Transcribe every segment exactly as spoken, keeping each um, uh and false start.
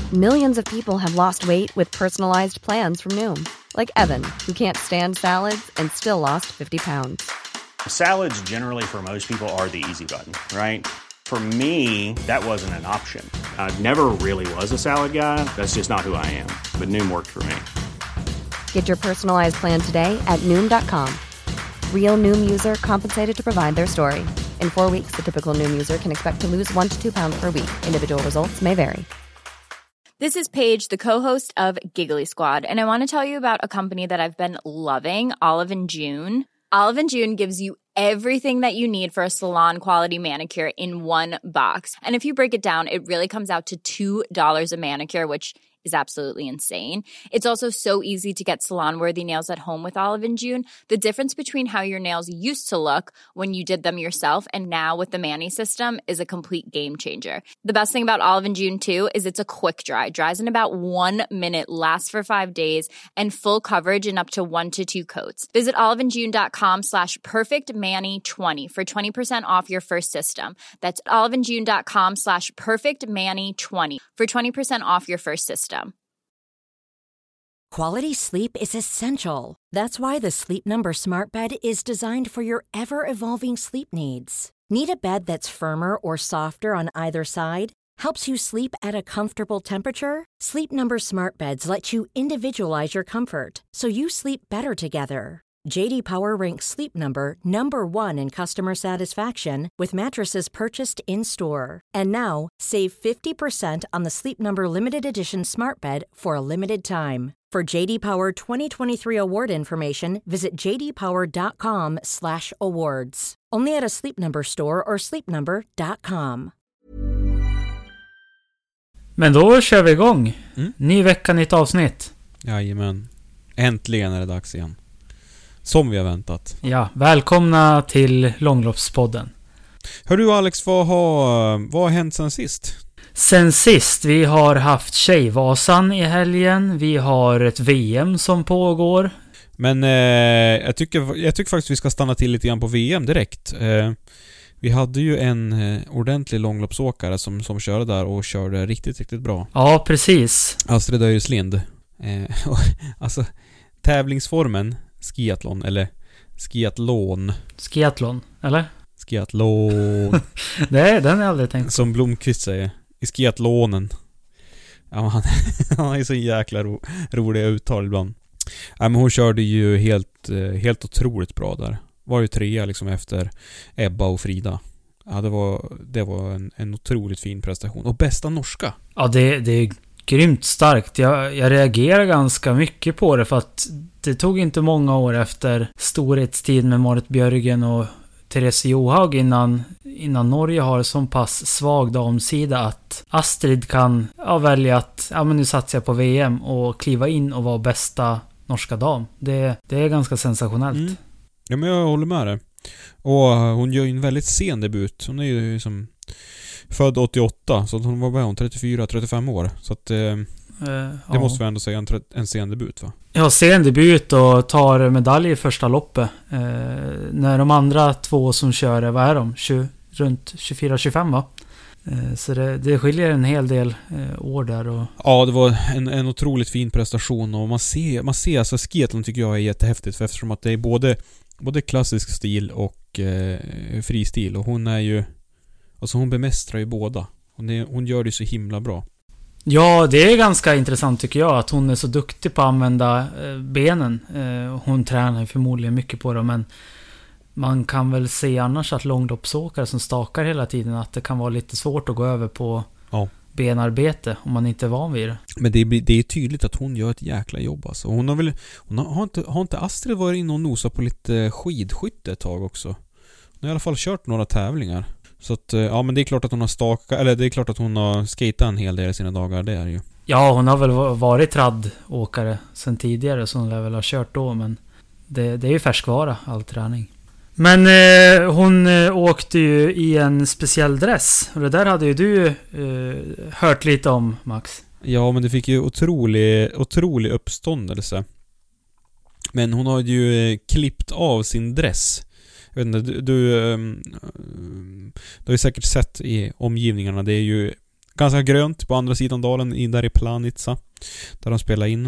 Millions of people have lost weight with personalized plans from Noom. Like Evan, who can't stand salads and still lost fifty pounds. Salads generally for most people are the easy button, right? For me, that wasn't an option. I never really was a salad guy. That's just not who I am. But Noom worked for me. Get your personalized plan today at Noom dot com. Real Noom user compensated to provide their story. In four weeks, the typical Noom user can expect to lose one to two pounds per week. Individual results may vary. This is Paige, the co-host of Giggly Squad, and I want to tell you about a company that I've been loving, Olive and June. Olive and June gives you everything that you need for a salon-quality manicure in one box. And if you break it down, it really comes out to two dollars a manicure, which is absolutely insane. It's also so easy to get salon-worthy nails at home with Olive and June. The difference between how your nails used to look when you did them yourself and now with the Mani system is a complete game changer. The best thing about Olive and June, too, is it's a quick dry. Dries in about one minute, lasts for five days, and full coverage in up to one to two coats. Visit oliveandjune.com slash perfectmani20 for twenty percent off your first system. That's oliveandjune.com slash perfectmani20 for twenty percent off your first system. Quality sleep is essential. That's why the Sleep Number Smart Bed is designed for your ever-evolving sleep needs. Need a bed that's firmer or softer on either side? Helps you sleep at a comfortable temperature? Sleep Number Smart Beds let you individualize your comfort so you sleep better together. J D Power ranks Sleep Number number one in customer satisfaction with mattresses purchased in-store. And now, save fifty percent on the Sleep Number Limited Edition Smart Bed for a limited time. For J D Power twenty twenty-three award information, visit jdpower.com slash awards. Only at a Sleep Number store or sleep number dot com. Men då kör vi igång. Mm. Ny vecka, nytt avsnitt. Jajamän. Äntligen är det dags igen. Som vi har väntat. Ja, välkomna till Långloppspodden. Hör du Alex, vad har, vad har hänt sen sist? Sen sist, vi har haft Tjejvasan i helgen. Vi har ett V M som pågår. Men eh, jag, tycker, jag tycker faktiskt vi ska stanna till lite grann på V M direkt. Eh, vi hade ju en eh, ordentlig långloppsåkare som, som körde där och körde riktigt, riktigt bra. Ja, precis. Astrid Öjerslind. Eh, alltså, tävlingsformen skiathlon, eller skiathlon. Skiathlon, eller? Skiathlon. Det är den jag aldrig tänkt. Som Blomqvist säger. I skiathlonen. Ja, han, han är så jäkla ro, rolig uttal ibland. Ja, men hon körde ju helt, helt otroligt bra där. Var ju trea liksom efter Ebba och Frida. Ja, det var, det var en, en otroligt fin prestation. Och bästa norska. Ja, det, det är grymt starkt. Jag, jag reagerar ganska mycket på det för att det tog inte många år efter storhetstid med Marit Björgen och Therese Johaug innan, innan Norge har så pass svag damsida att Astrid kan ja, välja att ja, men nu satsar jag på V M och kliva in och vara bästa norska dam. Det, det är ganska sensationellt. Mm. Ja, men jag håller med det. Och hon gör ju en väldigt sen debut. Hon är ju som född åttioåtta, så hon var bara hon trettiofyra trettiofem år. Så att eh, uh, det ja. måste vi ändå säga en, en sen debut, va? Ja, sen debut och tar medalj i första loppet. Eh, när de andra två som kör, vad är de? tjugo, runt tjugofyra tjugofem, va? Eh, så det, det skiljer en hel del eh, år där. Och... Ja, det var en, en otroligt fin prestation. Och man ser, man ser alltså skiathlon tycker jag är jättehäftigt. För eftersom att det är både, både klassisk stil och eh, fristil. Och hon är ju... Alltså hon bemästrar ju båda. Hon, är, hon gör det så himla bra. Ja, det är ganska intressant tycker jag att hon är så duktig på att använda eh, benen. Eh, hon tränar ju förmodligen mycket på dem, men man kan väl se annars att långloppsåkare som stakar hela tiden att det kan vara lite svårt att gå över på ja. benarbete om man inte är van vid det. Men det är, det är tydligt att hon gör ett jäkla jobb alltså. Hon har väl hon har, har, inte, har inte Astrid varit inne och nosat på lite skidskytte ett tag också? Hon har i alla fall kört några tävlingar. Så att, ja, men det är klart att hon har stakat, eller det är klart att hon har skatat en hel del i sina dagar, det är ju. Ja, hon har väl varit traddåkare sen tidigare, så hon lär väl ha kört då, men det, det är ju färskvara, all träning. Men eh, hon eh, åkte ju i en speciell dress, och det där hade ju du eh, hört lite om, Max. Ja, men det fick ju otrolig, otrolig uppståndelse. Men hon har ju eh, klippt av sin dress. Jag vet inte, du, du, du har ju säkert sett i omgivningarna, det är ju ganska grönt på andra sidan dalen in där i Planica där de spelar in.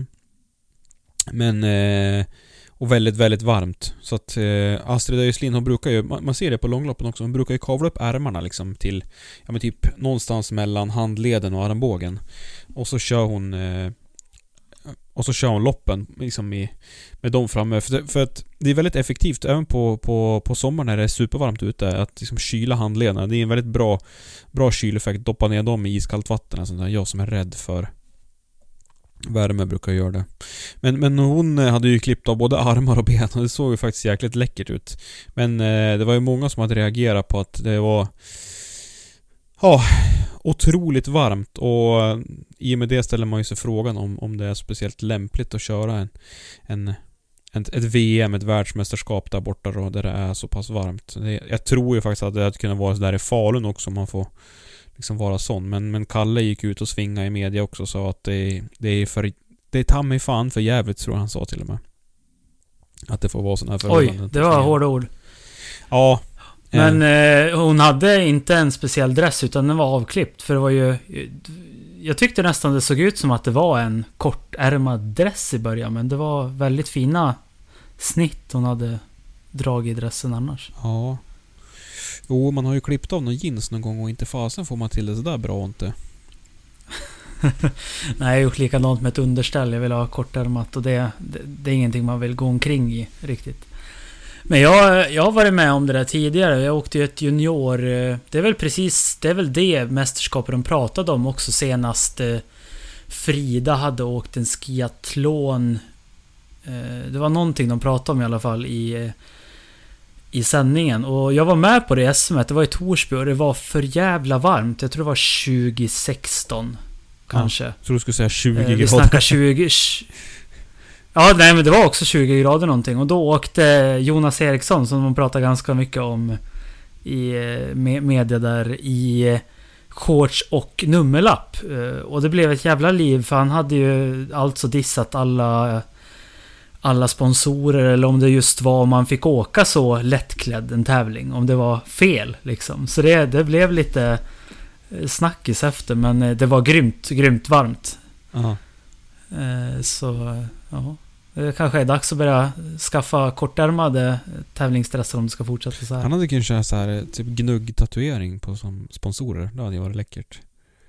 Men eh, och väldigt, väldigt varmt. Så att eh, Astrid Öjslin, hon brukar ju, man, man ser det på långloppen också, hon brukar ju kavla upp ärmarna liksom till, ja men typ någonstans mellan handleden och armbågen. Och så kör hon eh, och så kör hon loppen liksom i, med dem framme. För, för att det är väldigt effektivt även på, på, på sommaren när det är supervarmt ute att liksom kyla handlederna. Det är en väldigt bra, bra kyleffekt. Doppa ner dem i iskallt vatten. Alltså, jag som är rädd för värme brukar göra det. Men, men hon hade ju klippt av både armar och ben och det såg ju faktiskt jäkligt läckert ut. Men eh, det var ju många som hade reagerat på att det var ja, otroligt varmt och i och med det ställer man ju sig frågan om, om det är speciellt lämpligt att köra en, en, en, ett V M, ett världsmästerskap där borta då, där det är så pass varmt. Det, jag tror ju faktiskt att det hade kunnat vara så där i Falun också om man får liksom vara sån. Men, men Kalle gick ut och svinga i media också och sa att det, det är för det är ta mig fan för jävligt, tror han sa till och med. Att det får vara sån här förhållanden. Oj, det var hårda ord. Ja. Men eh, hon hade inte en speciell dress utan den var avklippt. För det var ju... Jag tyckte nästan det såg ut som att det var en kortärmad dress i början. Men det var väldigt fina snitt hon hade dragit i dressen annars. Ja. Jo, man har ju klippt av någon jeans någon gång och inte fasen får man till det så där bra inte. Nej, jag har gjort likadant med ett underställ. Jag vill ha kortärmat och det, det, det är ingenting man vill gå omkring i riktigt. Men jag, jag har varit med om det där tidigare. Jag åkte ju ett junior. Det är väl precis, det är väl det mästerskapet de pratade om också senast. Frida hade åkt en skiathlon. Det var någonting de pratade om i alla fall i, i sändningen. Och jag var med på det S M. Det var i Torsby och det var för jävla varmt. Jag tror det var tjugo sexton kanske. Ja, jag tror du skulle säga tjugo grader. Vi snackar tjugo... Ja, nej, men det var också tjugo grader någonting. Och då åkte Jonas Eriksson, som man pratar ganska mycket om i media där, i shorts och nummerlapp. Och det blev ett jävla liv, för han hade ju alltså dissat alla alla sponsorer, eller om det just var om man fick åka så lättklädd en tävling, om det var fel liksom. Så det, det blev lite snackis efter, men det var grymt, grymt varmt. Uh-huh. Så ja, det kanske är dags att börja skaffa kortärmade tävlingsdressar om det ska fortsätta så här. Han hade kanske så här typ gnugg-tatuering på som sponsorer. Det hade ju varit läckert.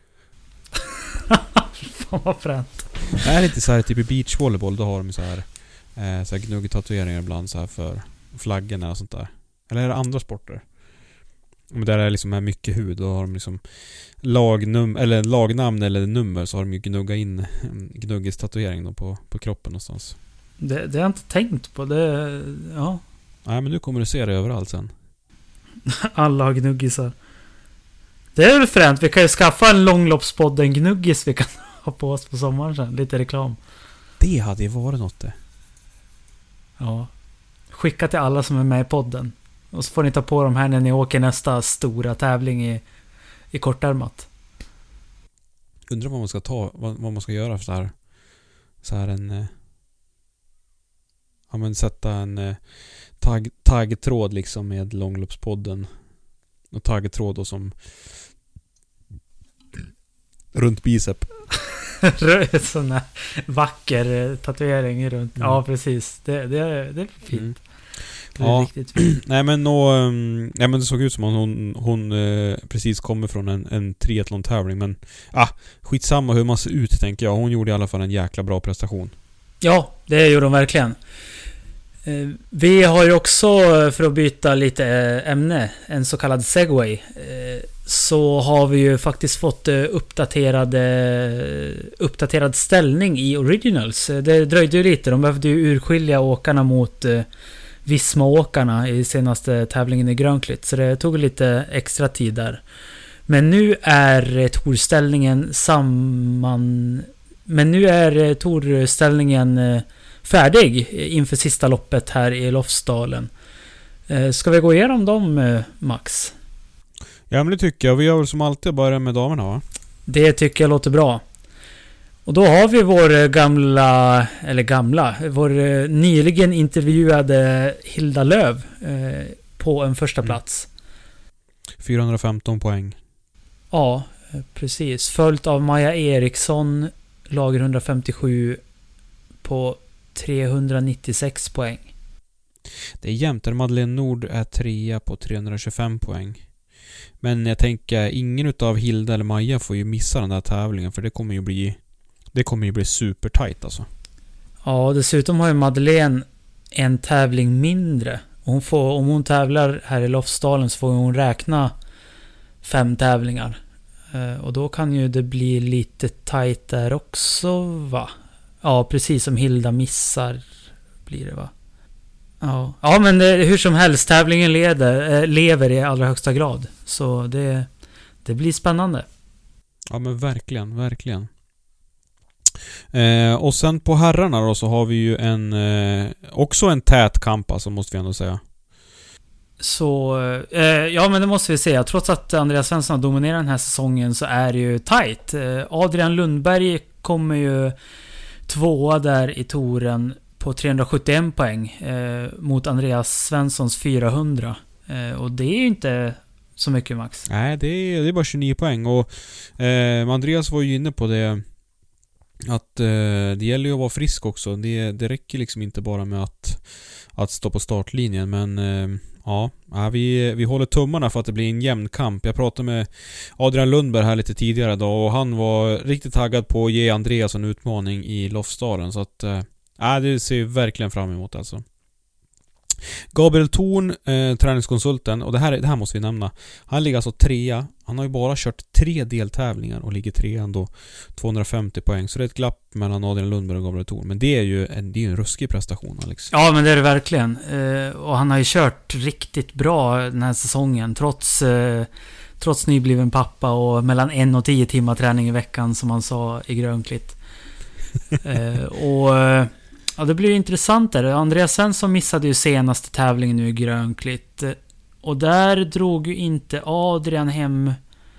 Fan vad fränt. Det är lite så här typ i beachvolleyboll, då har de så här eh, så här gnugg-tatueringar ibland så här för flaggorna och sånt där. Eller är det andra sporter? Men där är liksom är mycket hud, då har de liksom lagnum eller lagnamn eller nummer, så har de ju gnugga in gnuggis tatuering då på på kroppen någonstans. Det, det har jag inte tänkt på. Det ja. Nej, men nu kommer du se det överallt sen. Alla har gnuggisar. Det är väl fränt. Vi kan ju skaffa en långloppspodd, en gnuggis vi kan ha på oss på sommaren sen. Lite reklam. Det hade ju varit något det. Ja. Skicka till alla som är med i podden. Och så får ni ta på dem här när ni åker nästa stora tävling i, i kortärmat. Undrar vad man ska ta, vad, vad man ska göra för så här, så här en eh, ja men sätta en eh, tagg, taggtråd liksom med långloppspodden. Och taggtråd då som runt bicep. Sån här vacker tatuering runt. Mm. Ja, precis. Det, det, det är fint. Mm. Det är ja. riktigt fint. Nej men nå, um, ja, men det såg ut som att hon, hon uh, precis kommer från en, en triathlon-tävling. Men ah, skitsamma hur man ser ut, tänker jag. Hon gjorde i alla fall en jäkla bra prestation. Ja, det gjorde hon verkligen. Uh, vi har ju också, för att byta lite uh, ämne, en så kallad segway. Uh, så har vi ju faktiskt fått uh, uppdaterade, uppdaterad ställning i Originals. Det dröjde ju lite. De behövde ju urskilja åkarna mot uh, Visma-åkarna i senaste tävlingen i Grönklitt. Så det tog lite extra tid där. Men nu är torställningen samman... Men nu är torställningen färdig inför sista loppet här i Lofsdalen. Ska vi gå igenom dem, Max? Ja, men det tycker jag. Vi gör väl som alltid bara med damerna, va? Det tycker jag låter bra. Och då har vi vår gamla, eller gamla, vår nyligen intervjuade Hilda Löv eh, på en första plats. fyrahundrafemton poäng. Ja, Precis. Följt av Maja Eriksson, lager hundrafemtiosju på trehundranittiosex poäng. Det är jämnt där. Madeleine Nord är trea på trehundratjugofem poäng. Men jag tänker, ingen utav Hilda eller Maja får ju missa den där tävlingen, för det kommer ju bli det kommer ju bli supertight alltså. Ja, dessutom har ju Madeleine en tävling mindre. Hon får, om hon tävlar här i Lofsdalen så får hon räkna fem tävlingar. Eh, och då kan ju det bli lite tight där också, va? Ja, precis som Hilda missar blir det, va? Ja, ja men det, hur som helst, tävlingen leder, äh, lever i allra högsta grad. Så det, det blir spännande. Ja, men verkligen, verkligen. Eh, och sen på herrarna då så har vi ju en eh, också en tät kamp, alltså, måste vi ändå säga. Så, eh, ja men det måste vi säga. Trots att Andreas Svensson har dominerat den här säsongen så är det ju tight. Eh, Adrian Lundberg kommer ju tvåa där i touren på trehundrasjuttioen poäng eh, mot Andreas Svenssons fyrahundra. Eh, och det är ju inte så mycket, Max. Nej, det är, det är bara tjugonio poäng. Och eh, Andreas var ju inne på det, att eh, det gäller ju att vara frisk också. Det, det räcker liksom inte bara med att, att stå på startlinjen. Men eh, ja, vi, vi håller tummarna för att det blir en jämn kamp. Jag pratade med Adrian Lundberg här lite tidigare då, och han var riktigt taggad på att ge Andreas en utmaning i Lofsdalen. Så att eh, Ja, det ser jag verkligen fram emot alltså. Gabriel Thorn, eh, träningskonsulten, och det här, det här måste vi nämna. Han ligger alltså trea. Han har ju bara kört tre deltävlingar och ligger trean då, tvåhundrafemtio poäng. Så det är ett glapp mellan Adrian Lundberg och Gabriel Thorn. Men det är ju en, det är en ruskig prestation, Alex. Ja, men det är det verkligen. Eh, och han har ju kört riktigt bra den här säsongen. Trots, eh, trots nybliven pappa och mellan en och tio timmar träning i veckan, som han sa i Grönklitt. eh, och... Ja, det blir ju intressant där. Andreas Svensson missade ju senaste tävlingen nu i Grönklitt. Och där drog ju inte Adrian hem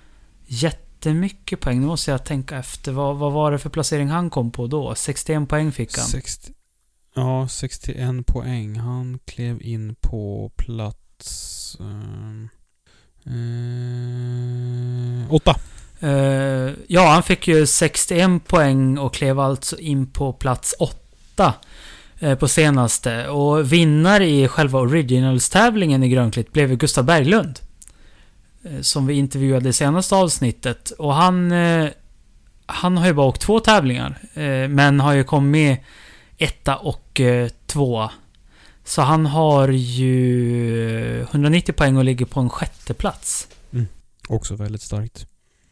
jättemycket poäng. Nu måste jag tänka efter. Vad, vad var det för placering han kom på då? sextioen poäng fick han. sextio, ja, sextioen poäng. Han klev in på plats... Uh, uh, åtta. Uh, ja, han fick ju sextioen poäng och klev alltså in på plats åtta på senaste. Och vinnare i själva originals-tävlingen i Grönklitt blev Gustav Berglund, som vi intervjuade i senaste avsnittet. Och han han har ju bara åkt två tävlingar, men har ju kommit etta och tvåa. Så han har ju hundranittio poäng och ligger på en sjätte plats. Mm. Också väldigt starkt.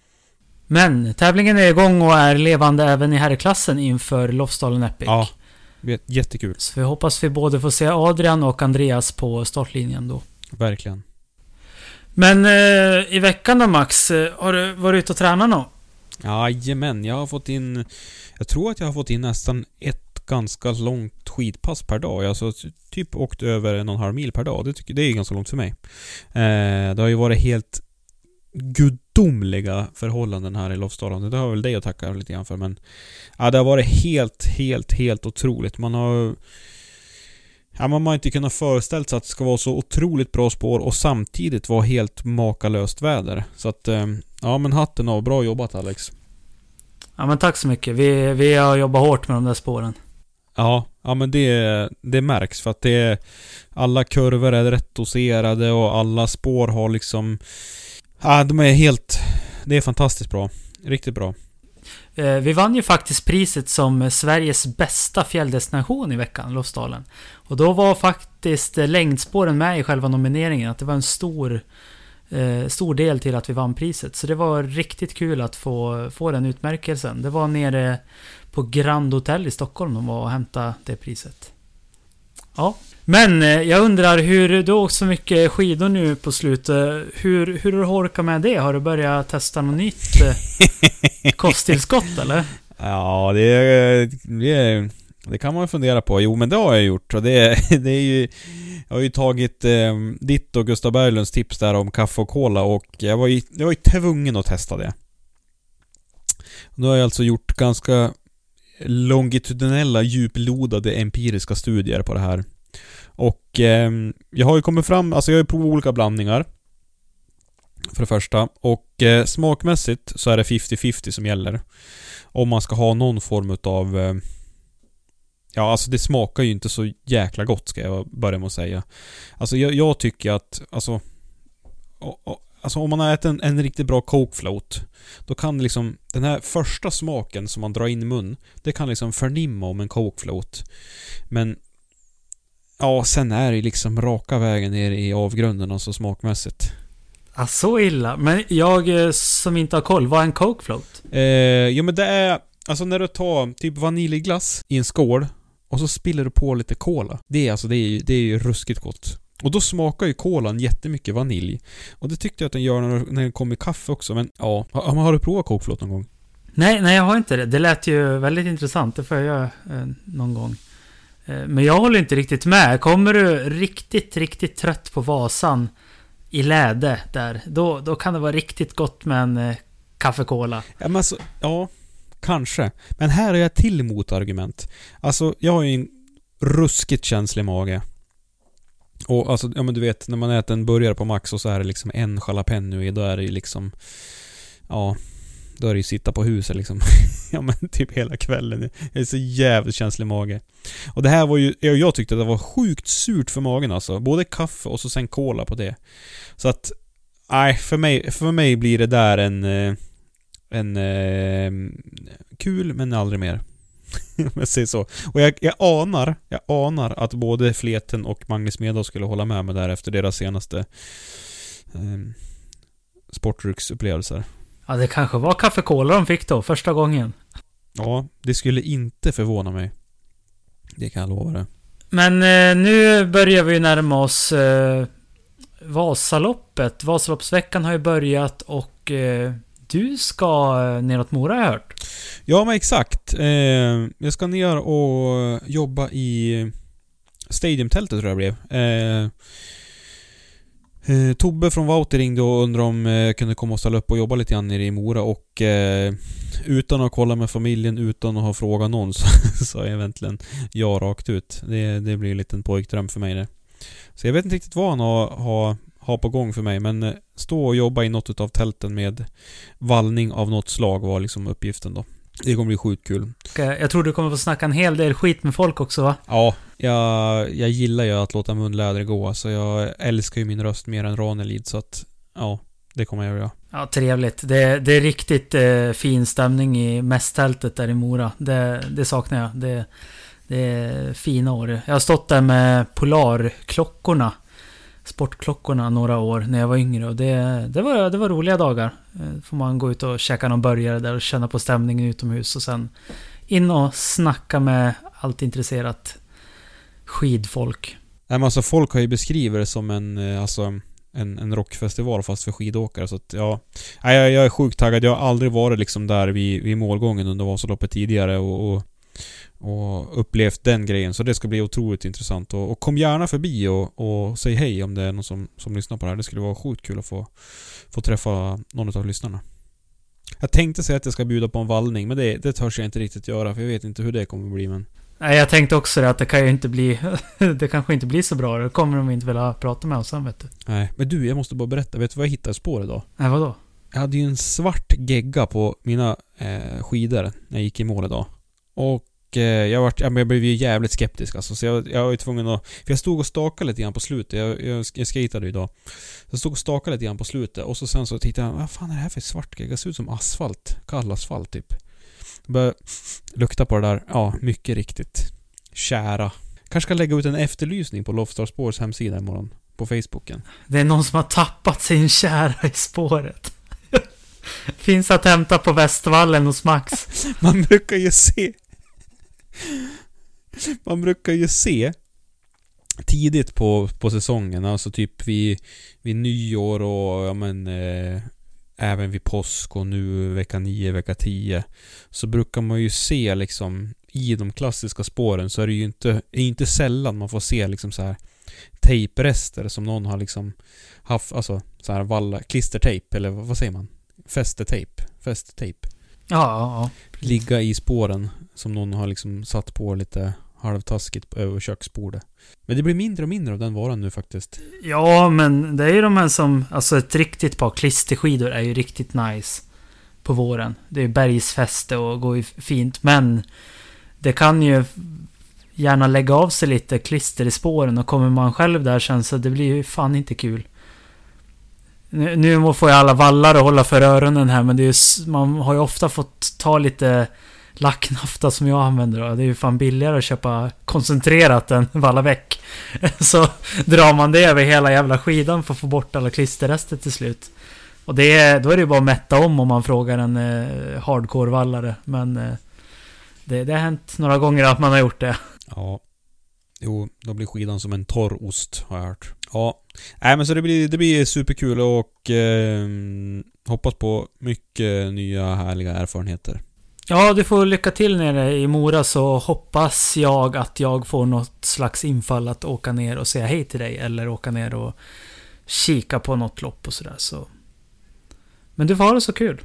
Men tävlingen är igång och är levande även i herrklassen inför Lofsdalen Epic. Ja, jättekul. Så vi hoppas vi både får se Adrian och Andreas på startlinjen då. Verkligen. Men eh, i veckan då, Max, har du varit ute och tränat nå? Jajamän, jag har fått in... Jag tror att jag har fått in nästan ett ganska långt skidpass per dag. Jag har alltså typ åkt över en och en halv mil per dag. Det, tycker, det är ganska långt för mig. Eh, det har ju varit helt gudomliga förhållanden här i Lofsdalen. Det har väl dig att tacka lite grann för, men ja, det har varit helt, helt, helt otroligt. Man har ja, man har inte kunnat föreställa sig att det ska vara så otroligt bra spår och samtidigt vara helt makalöst väder. Så att, ja, men hatten av. Bra jobbat, Alex. Ja, men tack så mycket. Vi, vi har jobbat hårt med de där spåren. Ja, ja men det, det märks för att det, alla kurvor är rätt doserade och alla spår har liksom... Ja, de är helt... Det är fantastiskt bra. Riktigt bra. Eh, vi vann ju faktiskt priset som Sveriges bästa fjälldestination i veckan, Lofsdalen. Och då var faktiskt längdspåren med i själva nomineringen. Att det var en stor, eh, stor del till att vi vann priset. Så det var riktigt kul att få, få den utmärkelsen. Det var nere på Grand Hotel i Stockholm de var och hämta det priset. Ja. Men jag undrar hur du åkt så mycket skidor nu på slutet. Hur, hur har du orkat med det? Har du börjat testa något nytt kosttillskott eller? Ja, det, det, det kan man fundera på. Jo, men det har jag gjort. Och det, det är ju, jag har ju tagit eh, ditt och Gustav Berglunds tips där om kaffe och cola. Och jag var ju, jag var ju tvungen att testa det. Nu har jag alltså gjort ganska longitudinella, djuplodade empiriska studier på det här. Och eh, jag har ju kommit fram, alltså jag har ju provat olika blandningar. För det första. Och eh, smakmässigt så är det femtio femtio som gäller. Om man ska ha någon form av eh, ja, alltså det smakar ju inte så jäkla gott, ska jag börja med att säga. Alltså jag, jag tycker att alltså, och, och, alltså om man har ätit en, en riktigt bra Coke Float, då kan liksom den här första smaken som man drar in i mun, det kan liksom förnimma om en Coke Float. Men ja, sen är det liksom raka vägen ner i avgrunden, alltså smakmässigt. Ah, så illa. Men jag som inte har koll, vad är en Coke Float? Eh, ja, men det är alltså när du tar typ vaniljglass i en skål och så spiller du på lite cola. Det är alltså det är ju, det är ju ruskigt gott. Och då smakar ju kolan jättemycket vanilj. Och det tyckte jag att den gör när, när den kommer i kaffe också. Men ja, har, har du provat Coke Float någon gång? Nej, nej jag har inte det. Det lät ju väldigt intressant. Det får jag göra eh, någon gång. Eh, men jag håller inte riktigt med. Kommer du riktigt, riktigt trött på Vasan i läde där, då, då kan det vara riktigt gott med en eh, kaffekola. Ja, men alltså, ja, kanske. Men här är jag till motargument. Alltså, jag har ju en ruskigt känslig mage. Och alltså, ja men du vet, när man äter en burgare på Max och så är det liksom en jalapeno i, då är det ju liksom, ja, då är det ju sitta på huset liksom. Ja men typ hela kvällen. Jag är så jävligt känslig mage. Och det här var ju, jag tyckte att det var sjukt surt för magen alltså. Både kaffe och så sen cola på det. Så att, nej, för mig, för mig blir det där en en eh, kul men aldrig mer. Jag säger så. Och jag, jag anar jag anar att både Fleten och Magnus Medahl skulle hålla med mig där efter deras senaste eh, sportdrycksupplevelser. Ja, det kanske var kaffekola de fick då första gången. Ja, det skulle inte förvåna mig. Det kan jag lova det. Men eh, nu börjar vi närma oss eh, Vasaloppet. Vasaloppsveckan har ju börjat och eh, du ska neråt Mora, har jag hört. Ja, men exakt. Eh, jag ska ner och jobba i Stadiumtältet, tror jag blev. Eh, eh, Tobbe från Wouter ringde och undrade om jag eh, kunde komma och ställa upp och jobba lite grann nere i Mora. Och eh, utan att kolla med familjen, utan att ha frågat någon, så sa jag egentligen ja rakt ut. Det, det blir en liten pojkdröm för mig det. Så jag vet inte riktigt vad han har, har ha på gång för mig, men stå och jobba i något av tälten med vallning av något slag var liksom uppgiften då. Det kommer bli sjukt kul. Jag tror du kommer få snacka en hel del skit med folk också, va? Ja, jag, jag gillar ju att låta munläder gå, så jag älskar ju min röst mer än Ranelid, så att ja, det kommer jag göra. Ja, trevligt. Det, det är riktigt eh, fin stämning i mästtältet där i Mora. Det, det saknar jag. Det, det är fina år. Jag har stått där med Polarklockorna, sportklockorna, några år när jag var yngre, och det, det, var, det var roliga dagar. Får man gå ut och käka någon burgare där och känna på stämningen utomhus och sen in och snacka med allt intresserat skidfolk. Nej, men alltså folk har ju beskrivit det som en, alltså, en, en rockfestival fast för skidåkare, så att ja, jag, jag är sjukt taggad. Jag har aldrig varit liksom där vid, vid målgången under Vasaloppet tidigare och, och och upplevt den grejen, så det ska bli otroligt intressant, och, och kom gärna förbi och, och säg hej om det är någon som, som lyssnar på det här. Det skulle vara sjukt kul att få, få träffa någon av lyssnarna. Jag tänkte säga att jag ska bjuda på en vallning, men det, det törs jag inte riktigt göra, för jag vet inte hur det kommer att bli. Men nej, jag tänkte också det, att det kan ju inte bli det kanske inte blir så bra. Det kommer de inte vilja prata med oss om, vet du. Nej, men du, jag måste bara berätta. Vet du vad jag hittade spår idag? Nej, vadå? Jag hade ju en svart gegga på mina eh, skidor när jag gick i mål idag. Och jag, var, jag blev ju jävligt skeptisk alltså, så jag, jag var ju tvungen att, för jag stod och stakade lite grann på slutet. Jag, jag, jag skatade idag. Så jag stod och stakade lite grann på slutet, och så sen så tittade jag, vad fan är det här för svart gegga? Det ser ut som asfalt, kall asfalt typ. Jag började lukta på det där. Ja, mycket riktigt. Kära. Kanske ska lägga ut en efterlysning på Lofstar Spårs hemsida imorgon på Facebooken. Det är någon som har tappat sin kära i spåret. Finns att hämta på Västvallen hos Max. Man brukar ju se Man brukar ju se tidigt på, på säsongen, alltså typ vid, vid nyår och ja, men, eh, även vid påsk och nu vecka nio, vecka tio, så brukar man ju se liksom i de klassiska spåren, så är det ju inte, är inte sällan man får se liksom så här tejprester som någon har liksom haft, alltså så här valla, klistertejp, eller vad säger man? Fästetejp, fästetejp. Ja, ja, ja. Ligga i spåren som någon har liksom satt på lite halvtaskigt över köksbordet. Men det blir mindre och mindre av den varan nu faktiskt. Ja, men det är ju de här som... Alltså ett riktigt par klisterskidor är ju riktigt nice på våren. Det är bergsfäste och går ju fint. Men det kan ju gärna lägga av sig lite klister i spåren. Och kommer man själv där sen så det blir ju fan inte kul. Nu, nu får jag alla vallar att hålla för öronen här. Men det är ju, man har ju ofta fått ta lite lacknafta som jag använder då. Det är ju fan billigare att köpa koncentrerat än valla väck. Så drar man det över hela jävla skidan för att få bort alla klisterrester till slut. Och det är, då är det ju bara att mätta om om man frågar en eh, hardcore-vallare. Men eh, det, det har hänt några gånger att man har gjort det. Ja. Jo, då blir skidan som en torr ost, har jag hört. Ja. Nej, men så det blir, det blir superkul och eh, hoppas på mycket nya härliga erfarenheter. Ja, du får lycka till nere i Mora, så hoppas jag att jag får något slags infall att åka ner och säga hej till dig. Eller åka ner och kika på något lopp och sådär. Så. Men du får ha det så kul.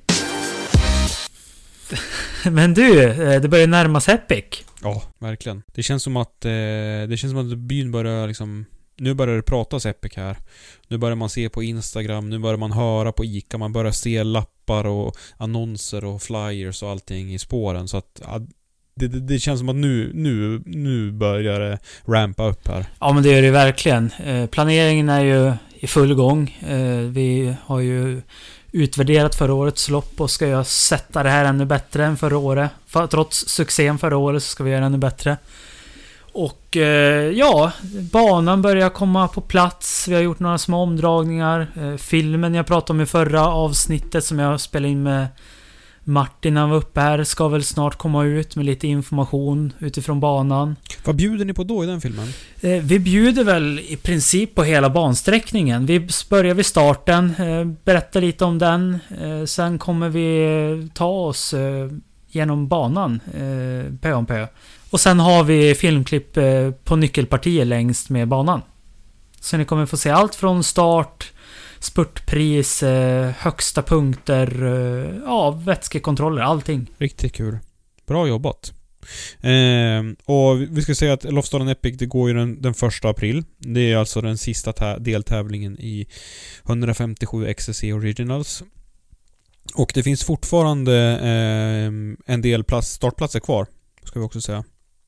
Men du, det börjar närma sig Epic. Ja, verkligen. Det känns som att eh, det känns som att byn börjar liksom... Nu börjar det pratas Epic här. Nu börjar man se på Instagram, nu börjar man höra på Ica, man börjar se lappar och annonser och flyers och allting i spåren. Så att ja, det, det, det känns som att nu, nu, nu börjar det rampa upp här. Ja, men det är det verkligen. Eh, planeringen är ju i full gång. Eh, vi har ju utvärderat förra årets lopp och ska jag sätta det här ännu bättre än förra året. För, trots succén förra året så ska vi göra det ännu bättre. Och eh, ja, banan börjar komma på plats. Vi har gjort några små omdragningar. Eh, filmen jag pratade om i förra avsnittet som jag spelade in med Martin när han var uppe här ska väl snart komma ut med lite information utifrån banan. Vad bjuder ni på då i den filmen? Eh, vi bjuder väl i princip på hela bansträckningen. Vi börjar vid starten, eh, berättar lite om den. Eh, sen kommer vi ta oss eh, genom banan eh, pö om pö. Och sen har vi filmklipp eh, på nyckelpartier längst med banan. Så ni kommer få se allt från start, spurtpris, eh, högsta punkter, eh, ja, vätskekontroller, allting. Riktigt kul. Bra jobbat. Eh, och vi ska säga att Lofsdalen Epic, det går ju den, den första april. Det är alltså den sista ta- deltävlingen i hundrafemtiosju X C C Originals. Och det finns fortfarande eh, en del plats, startplatser kvar, ska vi också säga.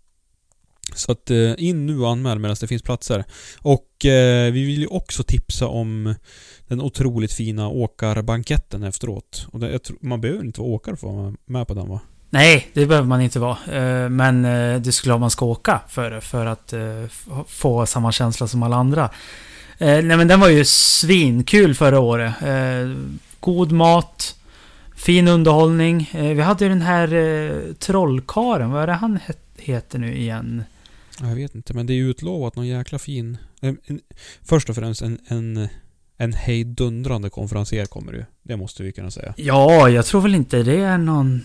Så att eh, in nu och anmäl medan det finns platser. Och eh, vi vill ju också tipsa om den otroligt fina åkarbanketten efteråt. Och det, jag tror, man behöver inte vara åkare för att vara med på den, va? Nej, det behöver man inte vara. Eh, men eh, det skulle man ska åka för, för att eh, få samma känsla som alla andra. Eh, nej, men den var ju svinkul förra året. Eh, god mat, fin underhållning. Eh, vi hade ju den här eh, trollkaren. Vad är det han het- heter nu igen? Jag vet inte, men det är utlovat någon jäkla fin... En, en, först och främst en, en, en hejdundrande konferenser kommer det ju. Det måste vi kunna säga. Ja, jag tror väl inte det är någon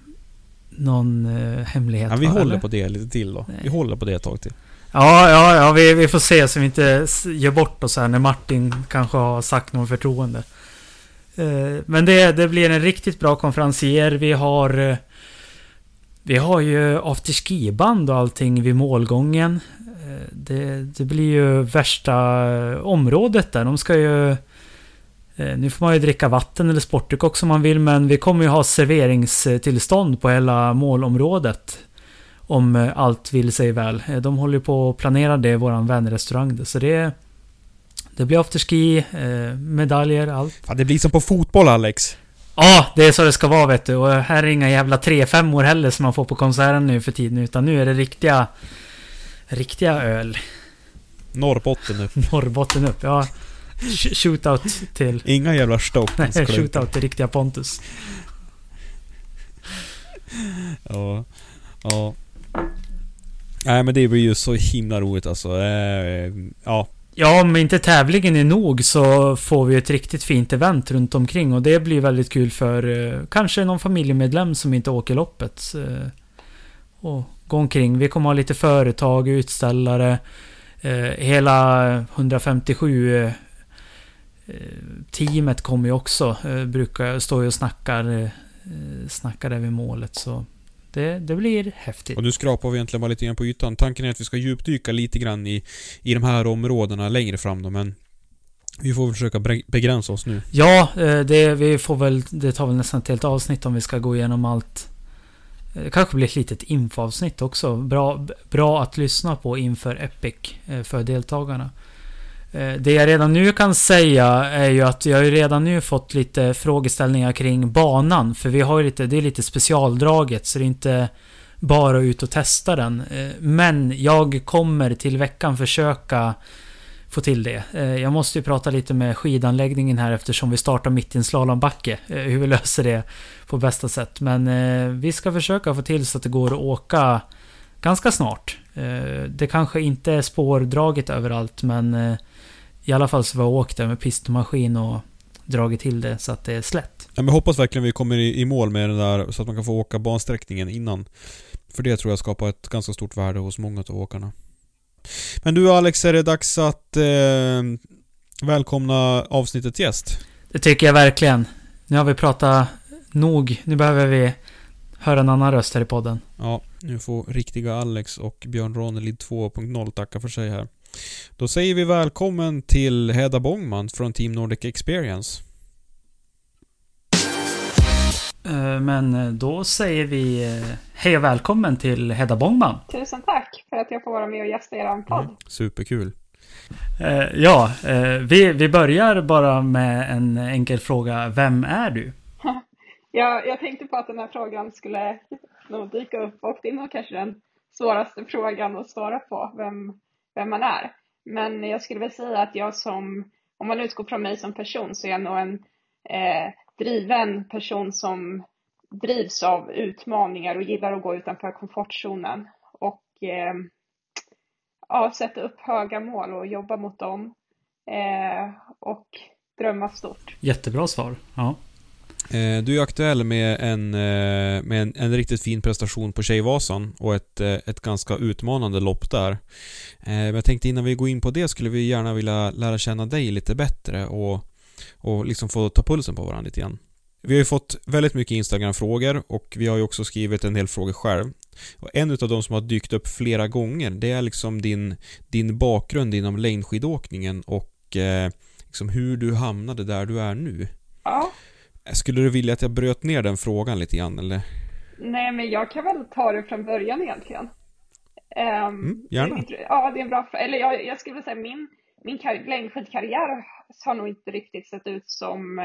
någon uh, hemlighet. Ja, vi va, håller eller? på det lite till då. Nej. Vi håller på det ett tag till. Ja, ja, ja vi, vi får se så vi inte gör bort oss här när Martin kanske har sagt någon förtroende. Uh, men det, det blir en riktigt bra konferenser. Vi har... Uh, Vi har ju afterski-band och allting vid målgången. Det, det blir ju värsta området där. De ska ju... Nu får man ju dricka vatten eller sportdryck också om man vill. Men vi kommer ju ha serveringstillstånd på hela målområdet. Om allt vill sig väl. De håller ju på att planera det i våran vänrestaurang. Så det, det blir afterski, medaljer, allt. Ja, det blir som på fotboll, Alex. Ja, det är så det ska vara, vet du. Och här är inga jävla tre femmor heller som man får på konserten nu för tiden. Utan nu är det riktiga riktiga öl. Norrbotten upp. Norrbotten upp, ja. Sh- shootout till... Inga jävla Stockholms. Nej, shootout till riktiga Pontus. Ja. Ja. Nej, men det blir ju så himla roligt alltså. Eh, ja. Ja, om inte tävlingen är nog så får vi ett riktigt fint event runt omkring. Och det blir väldigt kul för eh, kanske någon familjemedlem som inte åker loppet. Eh, och gå omkring. Vi kommer ha lite företag, utställare. Eh, hela hundrafemtiosju eh, teamet kommer ju också. Eh, brukar stå och snackar, eh, snackar där vid målet. Så det, det blir häftigt. Och nu skrapar vi egentligen bara lite grann på ytan. Tanken är att vi ska djupdyka lite grann i, i de här områdena längre fram då, men vi får försöka begränsa oss nu. Ja, det, vi får väl, det tar väl nästan ett helt avsnitt om vi ska gå igenom allt. Det kanske blir ett litet infoavsnitt också. Bra, bra att lyssna på inför Epic för deltagarna. Det jag redan nu kan säga är ju att jag har ju redan nu fått lite frågeställningar kring banan. För vi har ju lite, det är lite specialdraget, så det är inte bara ut och testa den. Men jag kommer till veckan försöka få till det. Jag måste ju prata lite med skidanläggningen här eftersom vi startar mitt i en slalombacke. Hur vi löser det på bästa sätt. Men vi ska försöka få till så att det går att åka ganska snart. Det kanske inte är spårdraget överallt, men i alla fall så var jag åkt där med pistmaskin och dragit till det så att det är slätt. Ja, men hoppas verkligen vi kommer i, i mål med det där så att man kan få åka bansträckningen innan. För det tror jag skapar ett ganska stort värde hos många av åkarna. Men du Alex, är det dags att eh, välkomna avsnittets gäst? Det tycker jag verkligen. Nu har vi pratat nog. Nu behöver vi höra en annan röst här i podden. Ja, nu får riktiga Alex och Björn Ranelid två punkt noll tacka för sig här. Då säger vi välkommen till Hedda Bångman från Team Nordic Experience. Men då säger vi hej och välkommen till Hedda Bångman. Tusen tack för att jag får vara med och gästa er podd. Mm, superkul. Ja, vi, vi börjar bara med en enkel fråga. Vem är du? jag, jag tänkte på att den här frågan skulle nog dyka upp, och det är nog kanske den svåraste frågan att svara på, vem, vem man är. Men jag skulle väl säga att jag som, om man utgår från mig som person, så är jag nog en eh, driven person som drivs av utmaningar och gillar att gå utanför komfortzonen. Och eh, ja, sätta upp höga mål och jobba mot dem. Eh, och drömma stort. Jättebra svar, ja. Du är aktuell med en, med en, en riktigt fin prestation på Tjejvasan och ett, ett ganska utmanande lopp där. Men jag tänkte innan vi går in på det skulle vi gärna vilja lära känna dig lite bättre och, och liksom få ta pulsen på varandra lite grann. Vi har ju fått väldigt mycket Instagram-frågor och vi har ju också skrivit en del frågor själv. Och en av de som har dykt upp flera gånger, det är liksom din, din bakgrund inom längdskidåkningen och eh, liksom hur du hamnade där du är nu. Ja. Skulle du vilja att jag bröt ner den frågan lite grann, eller? Nej, men jag kan väl ta det från början egentligen. Um, mm, gärna. Det är, ja, det är en bra fråga. Eller jag, jag skulle väl säga min, min kar- längdskidkarriär har nog inte riktigt sett ut som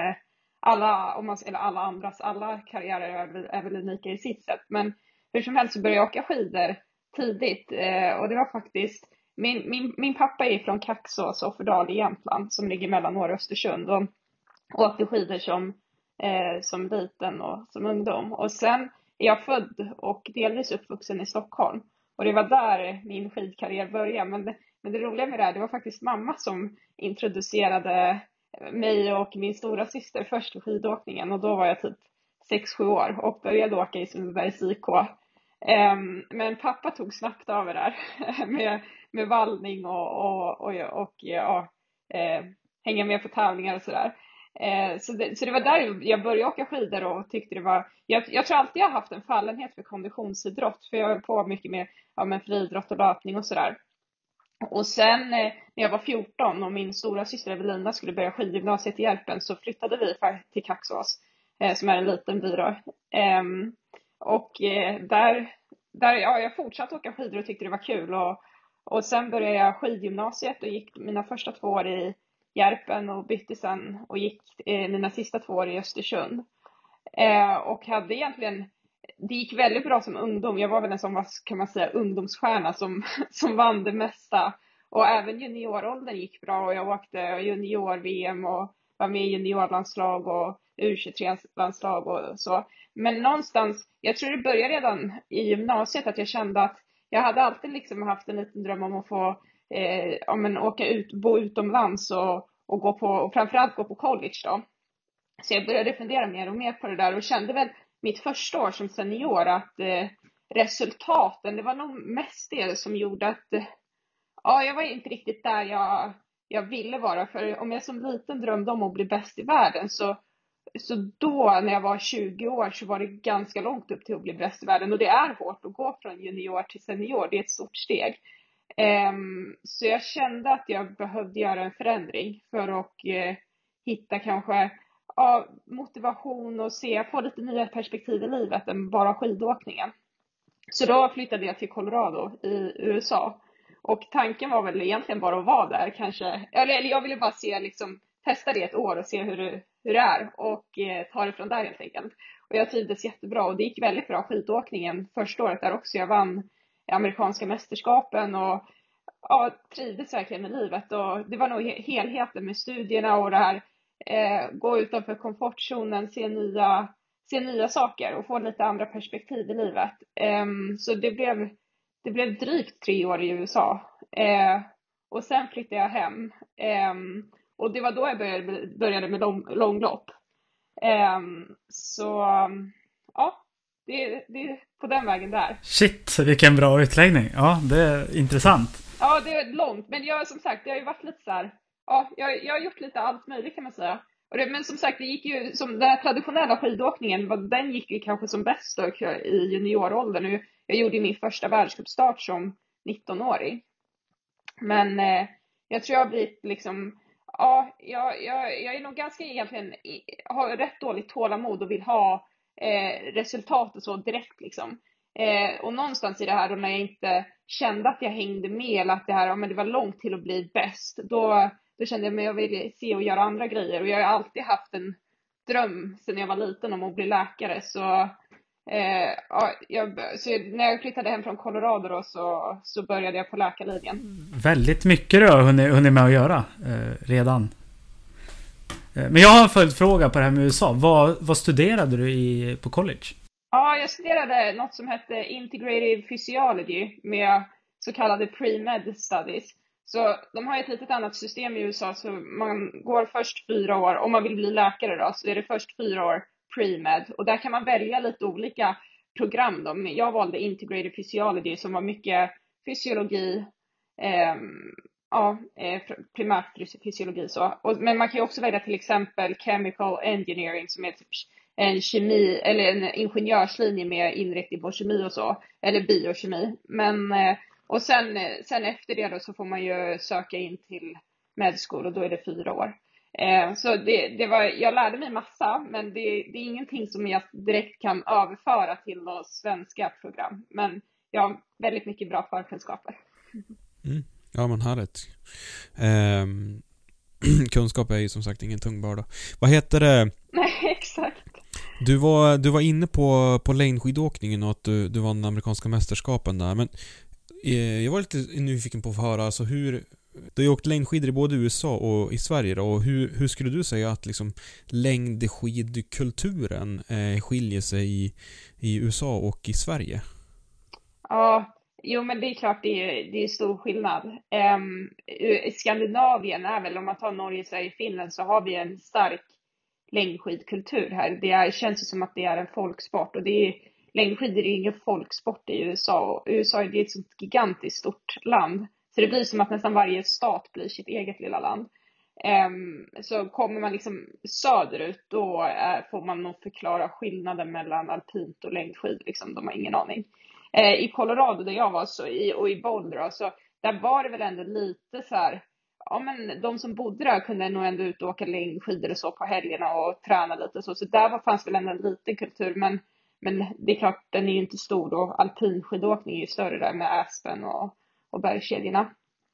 alla, om man, eller alla andras. Alla karriärer är väl, är väl unika i sitt sätt. Men hur som helst så började jag åka skidor tidigt. Eh, och det var faktiskt, min, min, min pappa är från Kaxås och Offerdal i Jämtland som ligger mellan Åre och Östersund. Och åkte skidor som Eh, som liten och som ungdom. Och sen är jag född och delvis uppvuxen i Stockholm. Och det var där min skidkarriär började. Men det, men det roliga med det här, det var faktiskt mamma som introducerade mig och min stora syster först till skidåkningen. Och då var jag typ sex sju år och började åka i Sundbybergs I K. Eh, men pappa tog snabbt över där med, med vallning och, och, och, och ja, eh, hänga med på tävlingar och sådär. Eh, så, det, så det var där jag började åka skidor och tyckte det var, jag, jag tror alltid jag har haft en fallenhet för konditionsidrott, för jag höll på mycket med, ja, med friidrott och löpning och sådär. Och sen eh, när jag var fjorton och min stora syster Evelina skulle börja skidgymnasiet i Järpen, så flyttade vi till Kaxås, eh, som är en liten by då. Eh, och eh, där, där ja, jag fortsatte åka skidor och tyckte det var kul. Och, och sen började jag skidgymnasiet och gick mina första två år i Järpen och bytte sen och gick eh, mina sista två år i Östersund. Eh, och hade egentligen, det gick väldigt bra som ungdom. Jag var väl en som var, kan man säga, ungdomsstjärna som, som vann det mesta. Och även junioråldern gick bra och jag åkte junior-V M och var med i juniorlandslag och U tjugotre-landslag och så. Men någonstans, jag tror det började redan i gymnasiet att jag kände att jag hade alltid liksom haft en liten dröm om att få Eh, ja, men åka ut, bo utomlands och, och, gå på, och framförallt gå på college då. Så jag började fundera mer och mer på det där och kände väl mitt första år som senior att eh, resultaten, det var nog mest det som gjorde att eh, ja, jag var inte riktigt där jag, jag ville vara. För om jag som liten drömde om att bli bäst i världen så, så då när jag var tjugo år så var det ganska långt upp till att bli bäst i världen. Och det är hårt att gå från junior till senior. Det är ett stort steg. Um, så jag kände att jag behövde göra en förändring för att uh, hitta kanske uh, motivation och se, få lite nya perspektiv i livet än bara skidåkningen. Så då flyttade jag till Colorado i U S A. Och tanken var väl egentligen bara att vara där kanske. Eller jag ville bara se, liksom, testa det ett år och se hur det, hur det är. Och eh, ta det från där helt enkelt. Och jag trivdes jättebra. Och det gick väldigt bra skidåkningen första året där också. Jag vann amerikanska mästerskapen. Och ja, trivdes verkligen med livet. Och det var nog helheten med studierna och det här. Eh, gå utanför komfortzonen, se nya, se nya saker. Och få lite andra perspektiv i livet. Eh, så det blev... Det blev drygt tre år i U S A. Eh, och sen flyttade jag hem. Eh, och det var då jag började, började med lång, långlopp. Eh, så ja, det, det är på den vägen där. Shit, vilken bra utläggning. Ja, det är intressant. Ja, det är långt. Men jag, som sagt, det har ju varit lite så här. Ja, jag, jag har gjort lite allt möjligt kan man säga. Och det, men som sagt, det gick ju som den här traditionella skidåkningen. Den gick ju kanske som bäst då, i junioråldern. Jag gjorde min första världscupstart som nittonåring. Men eh, jag tror jag har blivit liksom... Ja, jag, jag, jag är nog ganska egentligen... Har rätt dåligt tålamod och vill ha eh, resultat och så direkt liksom. Eh, och någonstans i det här då när jag inte kände att jag hängde med. Eller att det här, ja, men det var långt till att bli bäst. Då, då kände jag att jag ville se och göra andra grejer. Och jag har alltid haft en dröm sedan jag var liten om att bli läkare. Så... Eh, ja, jag, så när jag flyttade hem från Colorado då, så, så började jag på läkarlinjen. Väldigt mycket du har hunnit, hunnit med att göra eh, redan. Eh, men jag har en följdfråga på det här med U S A. Vad, vad studerade du i, på college? Ja, jag studerade något som hette Integrative Physiology med så kallade pre-med studies. Så de har ett litet annat system i U S A, så man går först fyra år, om man vill bli läkare då, så är det först fyra år pre-med. Och där kan man välja lite olika program då. Jag valde Integrative Physiology som var mycket fysiologi, eh, ja, primärt fysiologi så. Och, men man kan ju också välja till exempel Chemical Engineering som är typ en kemi eller en ingenjörslinje med inriktning på kemi och så. Eller biokemi. Men, eh, och sen, sen efter det då så får man ju söka in till med school och då är det fyra år. Eh, så det, det var, jag lärde mig massa, men det, det är ingenting som jag direkt kan överföra till några svenska program. Men jag har väldigt mycket bra förkunskaper. Mm. Ja, man har rätt. Eh, kunskap är ju som sagt ingen tung börda. Vad heter det? Nej, exakt. Du var, du var inne på, på längdskidåkningen och att du, du vann amerikanska mästerskapen där. Men eh, jag var lite nyfiken på att få höra alltså hur... Du har ju åkt längdskidor i både U S A och i Sverige då, och hur, hur skulle du säga att liksom längdskidkulturen eh, skiljer sig i, i U S A och i Sverige? Ja, jo men det är klart det är, det är stor skillnad. Um, i Skandinavien är väl, om man tar Norge, Sverige, Finland, så har vi en stark längdskidkultur här. Det är, känns som att det är en folksport, och det är, längdskidor är ingen folksport i U S A, och U S A är ett sånt gigantiskt stort land. Så det blir som att nästan varje stat blir sitt eget lilla land. Um, så kommer man liksom söderut, då uh, får man nog förklara skillnaden mellan alpint och längdskid. Liksom, de har ingen aning. Uh, I Colorado där jag var så, i, och i Boulder, så där var det väl ändå lite så här... Ja, men de som bodde där kunde nog ändå ut och åka längdskidor och så på helgerna och träna lite. Så, så där var, fanns väl ändå en liten kultur. Men, men det är klart, den är ju inte stor då. Alpinskidåkning är ju större där med Aspen och... och bergskedjorna.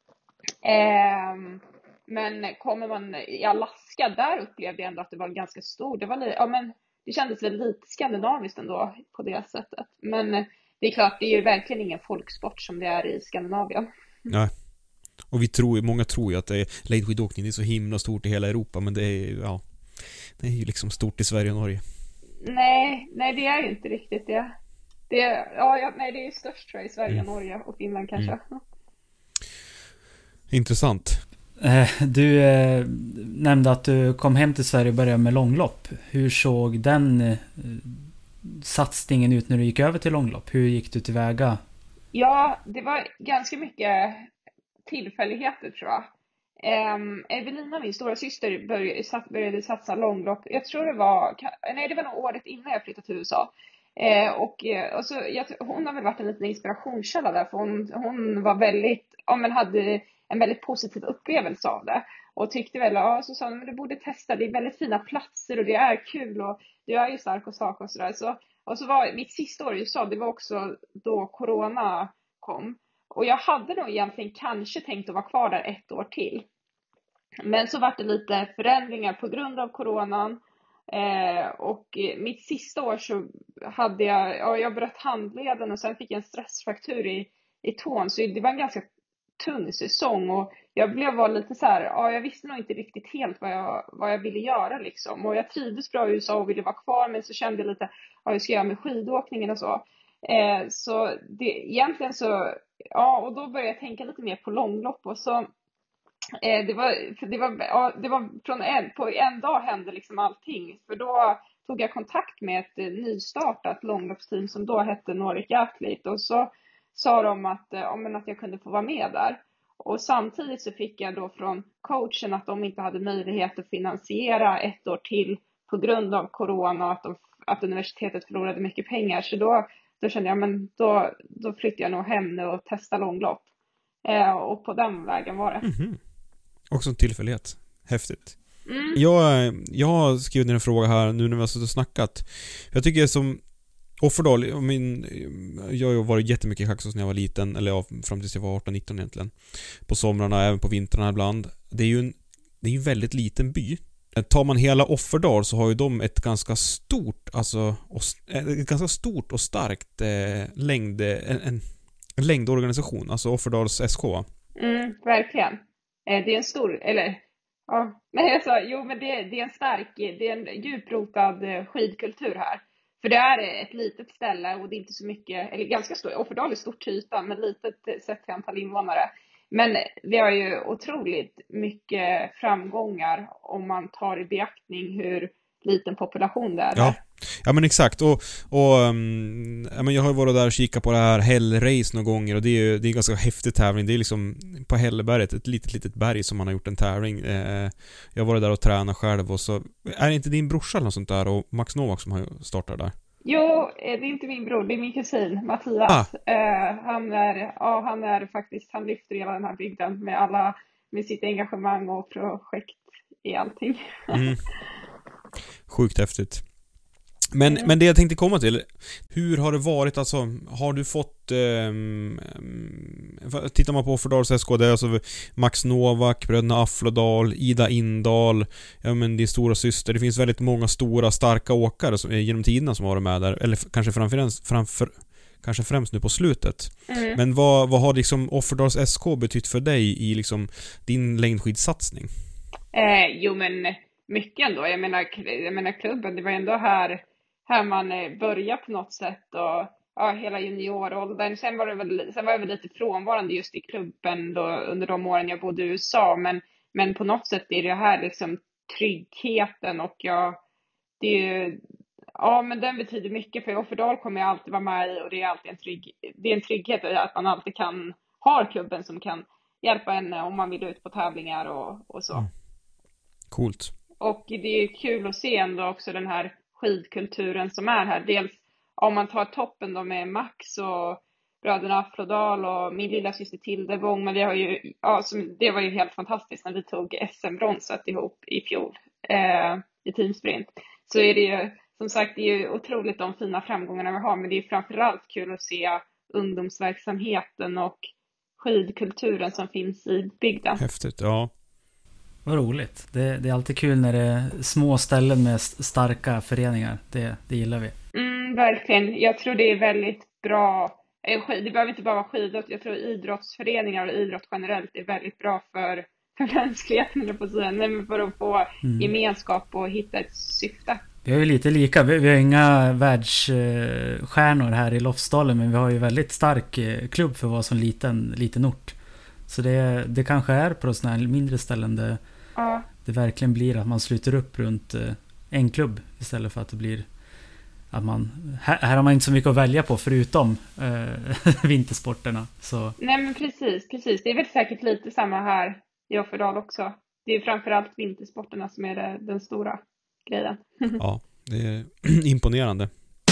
Eh, men kommer man i Alaska, där upplevde jag ändå att det var ganska stor. Det, var, ja, men det kändes väl lite skandinaviskt ändå på det sättet. Men det är klart, det är ju verkligen ingen folksport som det är i Skandinavien. Nej. Och vi tror, många tror ju att det är, längdskidåkning är så himla stort i hela Europa, men det är, ja, det är ju liksom stort i Sverige och Norge. Nej, nej det är ju inte riktigt det. Det är, ja, nej, det är störst tror jag, i Sverige, mm. Norge och Finland kanske. Mm. Intressant. Eh, du eh, nämnde att du kom hem till Sverige och började med långlopp. Hur såg den eh, satsningen ut när du gick över till långlopp? Hur gick du tillväga? Ja, det var ganska mycket tillfälligheter tror jag. Um, Evelina, min stora syster, började, satt, började satsa långlopp. Jag tror det var, nej det var nog året innan jag flyttade till U S A. Eh, och och så, jag, hon har väl varit en liten inspirationskälla där, för hon, hon var väldigt, ja, men hade en väldigt positiv upplevelse av det. Och tyckte väl, ja, så sa hon, men du borde testa, det är väldigt fina platser och det är kul och du är ju stark och sak och sådär. Så, och så var mitt sista år i U S A, det var också då corona kom. Och jag hade nog egentligen kanske tänkt att vara kvar där ett år till. Men så var det lite förändringar på grund av coronan. Eh, och mitt sista år så hade jag, ja, jag bröt handleden och sen fick jag en stressfraktur i, i tån. Så det var en ganska tung säsong och jag blev var lite så här, ja, jag visste nog inte riktigt helt vad jag, vad jag ville göra liksom. Och jag trivdes bra i U S A och ville vara kvar, men så kände jag lite, ja, jag ska göra med skidåkningen och så. Eh, så det, egentligen så, ja, och då började jag tänka lite mer på långlopp och så eh, det var, för det var, ja, det var från en, på en dag hände liksom allting, för då tog jag kontakt med ett eh, nystartat långloppsteam som då hette Nordic Athlete och så sa de att, eh, ja, men att jag kunde få vara med där. Och samtidigt så fick jag då från coachen att de inte hade möjlighet att finansiera ett år till på grund av corona och att, de, att universitetet förlorade mycket pengar. Så då, då kände jag, men då, då flyttar jag nog hem nu och testar långlopp. Eh, och på den vägen var det. Mm-hmm. Också en tillfällighet. Häftigt. Mm. Jag, jag har skrivit ner en fråga här nu när vi har suttit och snackat. Jag tycker som Offerdal, min, jag har varit jättemycket i Kaxås när jag var liten, eller ja, fram tills jag var arton nitton egentligen. På somrarna, även på vintrarna ibland. Det är ju en, det är en väldigt liten by. Tar man hela Offerdal så har ju de ett ganska stort, alltså ett ganska stort och starkt eh, längd, en, en, en längdorganisation, alltså Offerdals S K. Mm, verkligen. Eh, det är en stor, eller ja, men jag sa, jo men det, det är en stark, det är en djuprotad skidkultur här. För det är ett litet ställe och det är inte så mycket, eller ganska stort, Offerdal är stort yta men litet sett till antal invånare. Men vi har ju otroligt mycket framgångar om man tar i beaktning hur liten population det är. Ja, ja men exakt. Och, och um, ja, men jag har ju varit där och kikat på det här Hellrace några gånger och det är ju det är en ganska häftig tävling. Det är liksom på Hälleberget, ett litet litet berg som man har gjort en tävling. Eh, jag har varit där och tränat själv och så är det inte din brorsa eller något sånt där och Max Novak som har startat där? Jo, det är inte min bror, det är min kusin Mattias. Ah. Eh, han är, ja, han är faktiskt, han lyfter hela den här bygden med alla, med sitt engagemang och projekt i allting. Mm. Sjukt häftigt. Men, mm. men det jag tänkte komma till, hur har det varit, alltså, har du fått um, tittar man på Offerdals S K, det är alltså Max Novak, bröderna Afflodal, Ida Indal, ja men din stora syster, det finns väldigt många stora starka åkare som, genom tiderna som har varit med där, eller kanske framför, framför kanske främst nu på slutet. Mm. Men vad, vad har liksom Offerdals S K betytt för dig i liksom din längdskidsatsning? Eh, jo men mycket ändå, jag menar, jag menar klubben, det var ändå här här man börjar på något sätt och ja, hela junioråldern. Sen var det väl, sen var jag väl lite frånvarande just i klubben då, under de åren jag bodde i U S A, men, men på något sätt är det här liksom tryggheten och jag, det är ju, ja men den betyder mycket, för Offerdal kommer jag alltid vara med i och det är alltid en trygg, det är en trygghet att man alltid kan ha klubben som kan hjälpa en om man vill ut på tävlingar och, och så. Mm. Coolt. Och det är kul att se ändå också den här skidkulturen som är här. Dels om man tar toppen då med Max och bröderna Afflodal och min lilla syster Tilde Bång, men det, har ju, ja, som, det var ju helt fantastiskt när vi tog S M-bronset ihop i fjol eh, i teamsprint. Så är det ju, som sagt, det är ju otroligt de fina framgångarna vi har, men det är framförallt kul att se ungdomsverksamheten och skidkulturen som finns i bygden. Häftigt, ja. Vad roligt. Det, det är alltid kul när det är små ställen med starka föreningar. Det, det gillar vi. Mm, verkligen. Jag tror det är väldigt bra. Det behöver inte bara vara skidor. Jag tror idrottsföreningar och idrott generellt är väldigt bra för, för mänskligheten, på sidan, men för att få mm. gemenskap och hitta ett syfte. Vi har ju lite lika. Vi, vi har inga världsstjärnor här i Lofsdalen, men vi har ju väldigt stark klubb för att vara som liten, liten ort. Så det, det kanske är på sådana här mindre ställen där ja. Det verkligen blir att man sluter upp runt en klubb istället för att det blir att man, här, här har man inte så mycket att välja på förutom äh, vintersporterna. Så. Nej men precis, precis. Det är väl säkert lite samma här i Offerdal också. Det är framförallt vintersporterna som är det, den stora grejen. Ja, det är imponerande.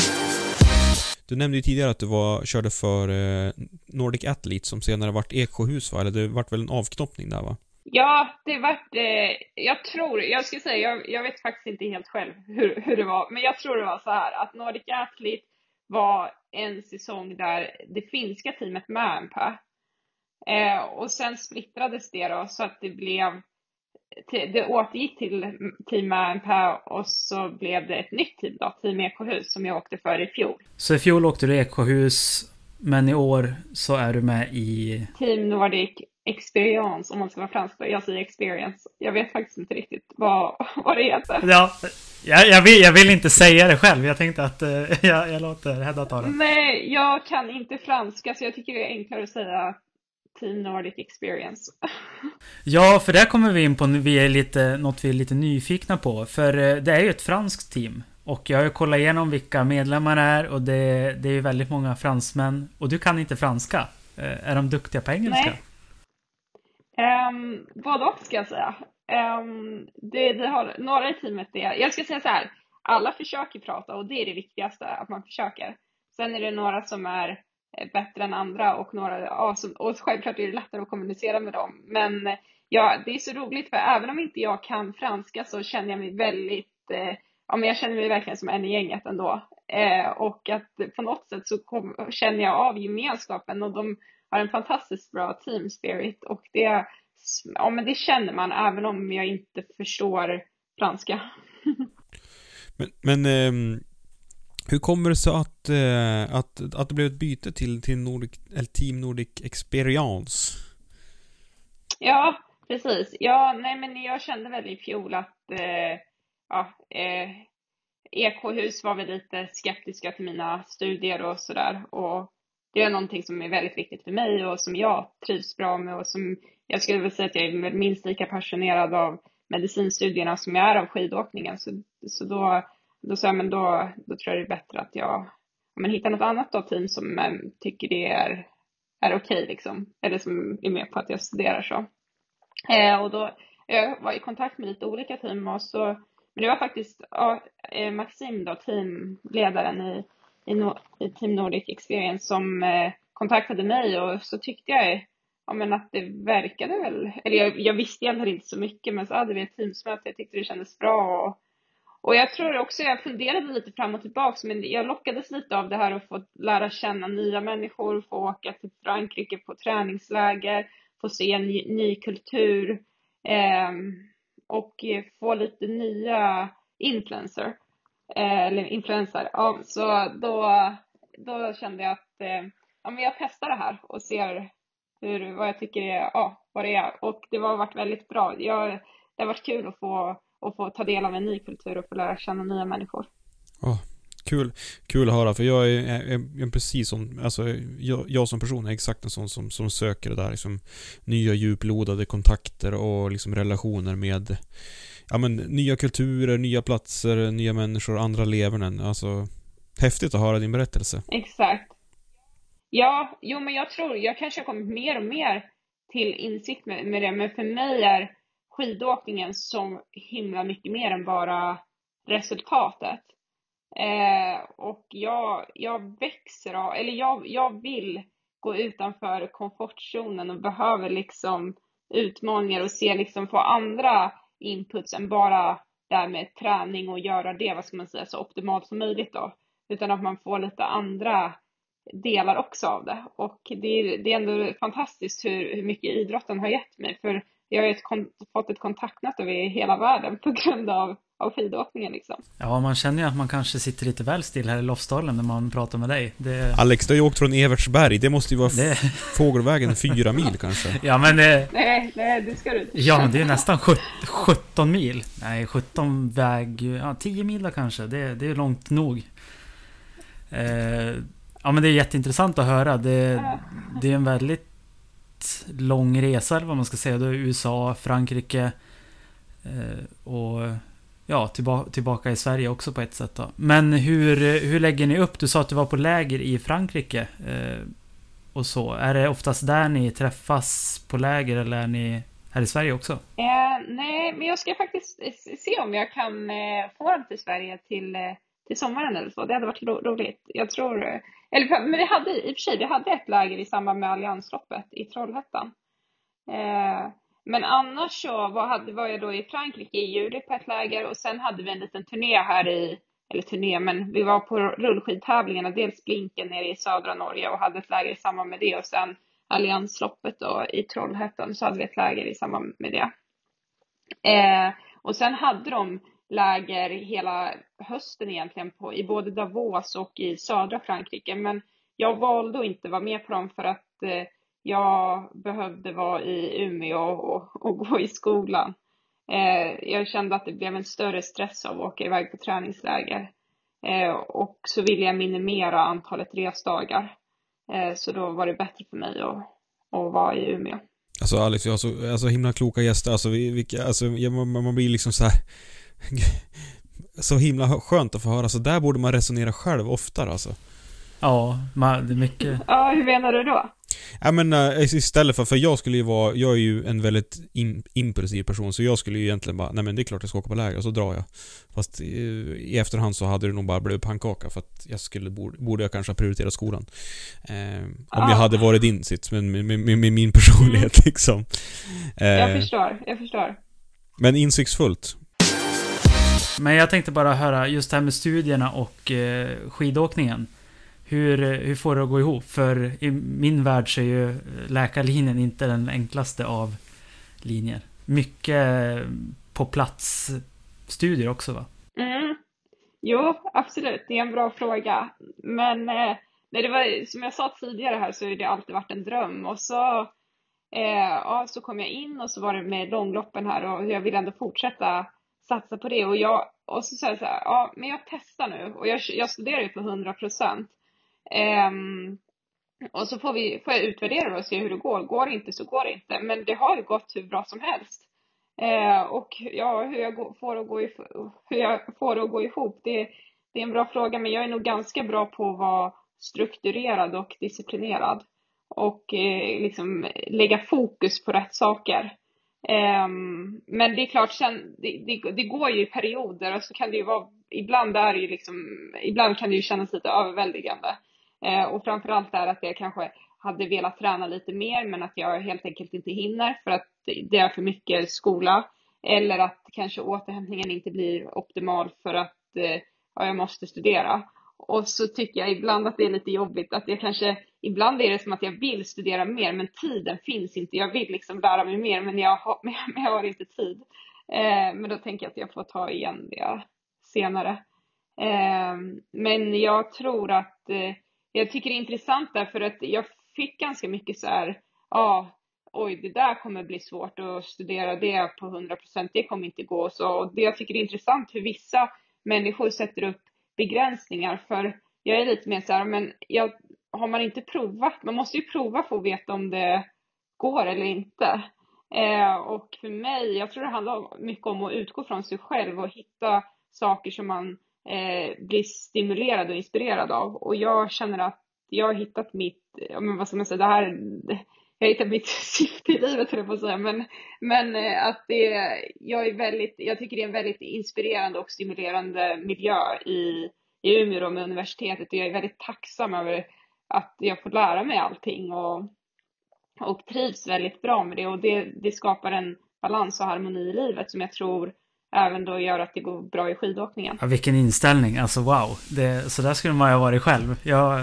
Du nämnde ju tidigare att du var, körde för eh, Nordic Athlete som senare vart Eksjöhus, va? Eller det vart väl en avknoppning där, va? Ja, det vart, eh, jag tror, jag ska säga, jag, jag vet faktiskt inte helt själv hur, hur det var, men jag tror det var så här att Nordic Athlete var en säsong där det finska teamet Mäenpää, eh, och sen splittrades det då så att det blev, det återgick till team Mäenpää och så blev det ett nytt team då, team Eksjöhus, som jag åkte för i fjol. Så i fjol åkte du Eksjöhus, men i år så är du med i Team Nordic Experience, om man ska vara fransk. Jag säger Experience. Jag vet faktiskt inte riktigt vad, vad det heter. Ja, jag, jag, vill, jag vill inte säga det själv. Jag tänkte att uh, jag, jag låter Hedda ta det. Nej, jag kan inte franska, så jag tycker det är enklare att säga Team Nordic Experience. Ja, för där kommer vi in på vi är lite, något vi är lite nyfikna på. För uh, det är ju ett franskt team. Och jag har ju kollat igenom vilka medlemmar är. Och det, det är ju väldigt många fransmän. Och du kan inte franska. Uh, är de duktiga på engelska? Nej. Um, både och ska jag säga. Um, det, det har, några i teamet det. Jag ska säga så här. Alla försöker prata och det är det viktigaste, att man försöker. Sen är det några som är bättre än andra och några, ja, som, och självklart är det lättare att kommunicera med dem. Men ja, det är så roligt, för även om inte jag kan franska så känner jag mig väldigt, eh, ja, men jag känner mig verkligen som en i gänget ändå. Eh, och att på något sätt så kom, känner jag av gemenskapen, och de har en fantastiskt bra team spirit, och det, ja, men det känner man även om jag inte förstår franska. men men eh, hur kommer det sig att, eh, att, att det blev ett byte till, till Nordic, eller Team Nordic Experience? Ja, precis. Ja, nej, men jag kände väl i fjol att eh, ja, eh, Eksjöhus var väl lite skeptiska till mina studier och sådär, och det är någonting som är väldigt viktigt för mig och som jag trivs bra med, och som jag skulle vilja säga att jag är minst lika passionerad av medicinstudierna som jag är av skidåkningen. Så, så då, då sa jag, men då, då tror jag det är bättre att jag men, hittar något annat då, team som eh, tycker det är, är okej okay, liksom. Eller som är med på att jag studerar så. Eh, och då jag var i kontakt med lite olika team, och så, men det var faktiskt ja, eh, Maxim då, teamledaren i I, no- i Team Nordic Experience, som eh, kontaktade mig, och så tyckte jag ja, men att det verkade väl, eller jag, jag visste egentligen inte så mycket, men så hade vi ett teamsmöte, jag tyckte det kändes bra, och, och jag tror också, jag funderade lite fram och tillbaka, men jag lockades lite av det här att få lära känna nya människor, få åka till Frankrike på träningsläger, få se en ny, ny kultur eh, och få lite nya influencer. Eller influencer. Ja, så då, då kände jag att eh, ja, men jag testar det här och ser hur, vad jag tycker är, ja, vad det är. Och det har varit väldigt bra. Jag, det har varit kul att få, att få ta del av en ny kultur och få lära känna nya människor. Oh, kul. Kul att höra, för jag är, är, är precis som, alltså jag, jag som person är exakt en sån som, som söker det där liksom, nya djuplodade kontakter och liksom relationer med ja, men, nya kulturer, nya platser, nya människor, andra levanden. Alltså, häftigt att höra din berättelse. Exakt. Ja, jo, men jag tror, jag kanske har kommit mer och mer till insikt med, med det, men för mig är skidåkningen så himla mycket mer än bara resultatet. Eh, och jag, jag växer av, eller jag, jag vill gå utanför komfortzonen och behöver liksom utmaningar och se liksom få andra inputs än bara där med träning och göra det, vad ska man säga, så optimalt som möjligt då. Utan att man får lite andra delar också av det. Och det är, det är ändå fantastiskt hur, hur mycket idrotten har gett mig. För jag har ju ett, fått ett kontaktnät över hela världen på grund av, av skidåkningen liksom. Ja, man känner ju att man kanske sitter lite väl still här i Lofsdalen när man pratar med dig. Det... Alex, du har ju åkt från Evertsberg. Det måste ju vara det... fågelvägen fyra mil kanske. Ja, men det... Nej, nej, det ska du inte. Ja, men det är nästan sjutton mil. Nej, sjutton väg... Ja, tio mil då kanske. Det, det är långt nog. Eh, ja, men det är jätteintressant att höra. Det, det är en väldigt lång resa, eller vad man ska säga. Då är U S A, Frankrike eh, och... Ja, tillbaka, tillbaka i Sverige också på ett sätt då. Men hur, hur lägger ni upp? Du sa att du var på läger i Frankrike eh, och så. Är det oftast där ni träffas på läger, eller är ni, här i Sverige också? Eh, nej, men jag ska faktiskt se om jag kan eh, få dem till Sverige till, eh, till sommaren eller så. Det hade varit ro- roligt. Jag tror, eh, eller, men vi hade i och för sig, vi hade ett läger i samband med Alliansloppet i Trollhättan. Eh, men annars så var, hade, var jag då i Frankrike i juli på ett läger, och sen hade vi en liten turné här i, eller turné, men vi var på rullskidtävlingarna, dels Blinken nere i södra Norge och hade ett läger i samband med det, och sen Alliansloppet då i Trollhättan så hade vi ett läger i samband med det. Eh, och sen hade de läger hela hösten egentligen på, i både Davos och i södra Frankrike, men jag valde att inte vara med på dem för att eh, jag behövde vara i Umeå och, och, och gå i skolan. Eh, jag kände att det blev en större stress av att åka iväg på träningsläger. Eh, och så ville jag minimera antalet resdagar. Eh, så då var det bättre för mig att, att vara i Umeå. Alltså Alex, jag har så alltså, himla kloka gäster. Alltså, vilka, alltså jag, man, man blir liksom så här så himla skönt att få höra. Så där borde man resonera själv oftare alltså. Ja, man, det är mycket. Ja, hur menar du då? Ja, men äh, istället för, för jag skulle ju vara, jag är ju en väldigt in, impulsiv person, så jag skulle ju egentligen bara, nej men det är klart jag ska åka på läger, och så drar jag. Fast i, i efterhand så hade det nog bara blivit pannkaka, för att jag skulle, borde, borde jag kanske ha prioriterat skolan. Eh, om ah. jag hade varit din sitt, med, med, med, med min personlighet mm. liksom. Eh, jag förstår, jag förstår. Men insiktsfullt. Men jag tänkte bara höra just det här med studierna och eh, skidåkningen. Hur, hur får det att gå ihop? För i min värld så är ju läkarlinjen inte den enklaste av linjer. Mycket på plats studier också, va? Mm. Jo, absolut. Det är en bra fråga. Men eh, nej, det var, som jag sa tidigare här, så har det alltid varit en dröm. Och så, eh, ja, så kom jag in och så var det med långloppen här, och jag vill ändå fortsätta satsa på det. Och, jag, och så sa jag så här, ja, men jag testar nu. Och jag, jag studerar ju på hundra procent. Um, och så får, vi, får jag utvärdera och se hur det går. Går det inte så går det inte. Men det har ju gått hur bra som helst. Uh, och ja, hur jag går, får att gå i, hur jag får att gå ihop, det, det är en bra fråga. Men jag är nog ganska bra på att vara strukturerad och disciplinerad. Och eh, liksom lägga fokus på rätt saker. Um, men det är klart, sen, det, det, det går ju i perioder, och så kan det ju vara, ibland är det ju liksom, ibland kan det ju kännas lite överväldigande. Uh, och framförallt är att jag kanske hade velat träna lite mer, men att jag helt enkelt inte hinner för att det är för mycket skola. Eller att kanske återhämtningen inte blir optimal för att uh, ja, jag måste studera. Och så tycker jag ibland att det är lite jobbigt att jag kanske, ibland är det som att jag vill studera mer, men tiden finns inte. Jag vill liksom lära mig mer, men jag har, men jag har inte tid. Eh, men då tänker jag att jag får ta igen det senare. Eh, men jag tror att, eh, jag tycker det är intressant därför att jag fick ganska mycket så här, ja, ah, oj, det där kommer bli svårt att studera det på hundra procent, det kommer inte gå. Så, och det jag tycker är intressant hur vissa människor sätter upp begränsningar, för jag är lite mer så här, men jag, har man inte provat, man måste ju prova för att veta om det går eller inte. Eh, och för mig, jag tror det handlar mycket om att utgå från sig själv och hitta saker som man eh, blir stimulerad och inspirerad av. Och jag känner att jag har hittat mitt, ja, men vad ska man säga, det här, jag har hittat mitt syfte i livet, tror jag på att säga, men, men eh, att det, jag är väldigt, jag tycker det är en väldigt inspirerande och stimulerande miljö i, i Umeå med universitetet, och jag är väldigt tacksam över att jag får lära mig allting och, och trivs väldigt bra med det, och det, det skapar en balans och harmoni i livet som jag tror även då gör att det går bra i skidåkningen. Ja, vilken inställning, alltså wow, det, så där skulle man ju ha varit själv. Jag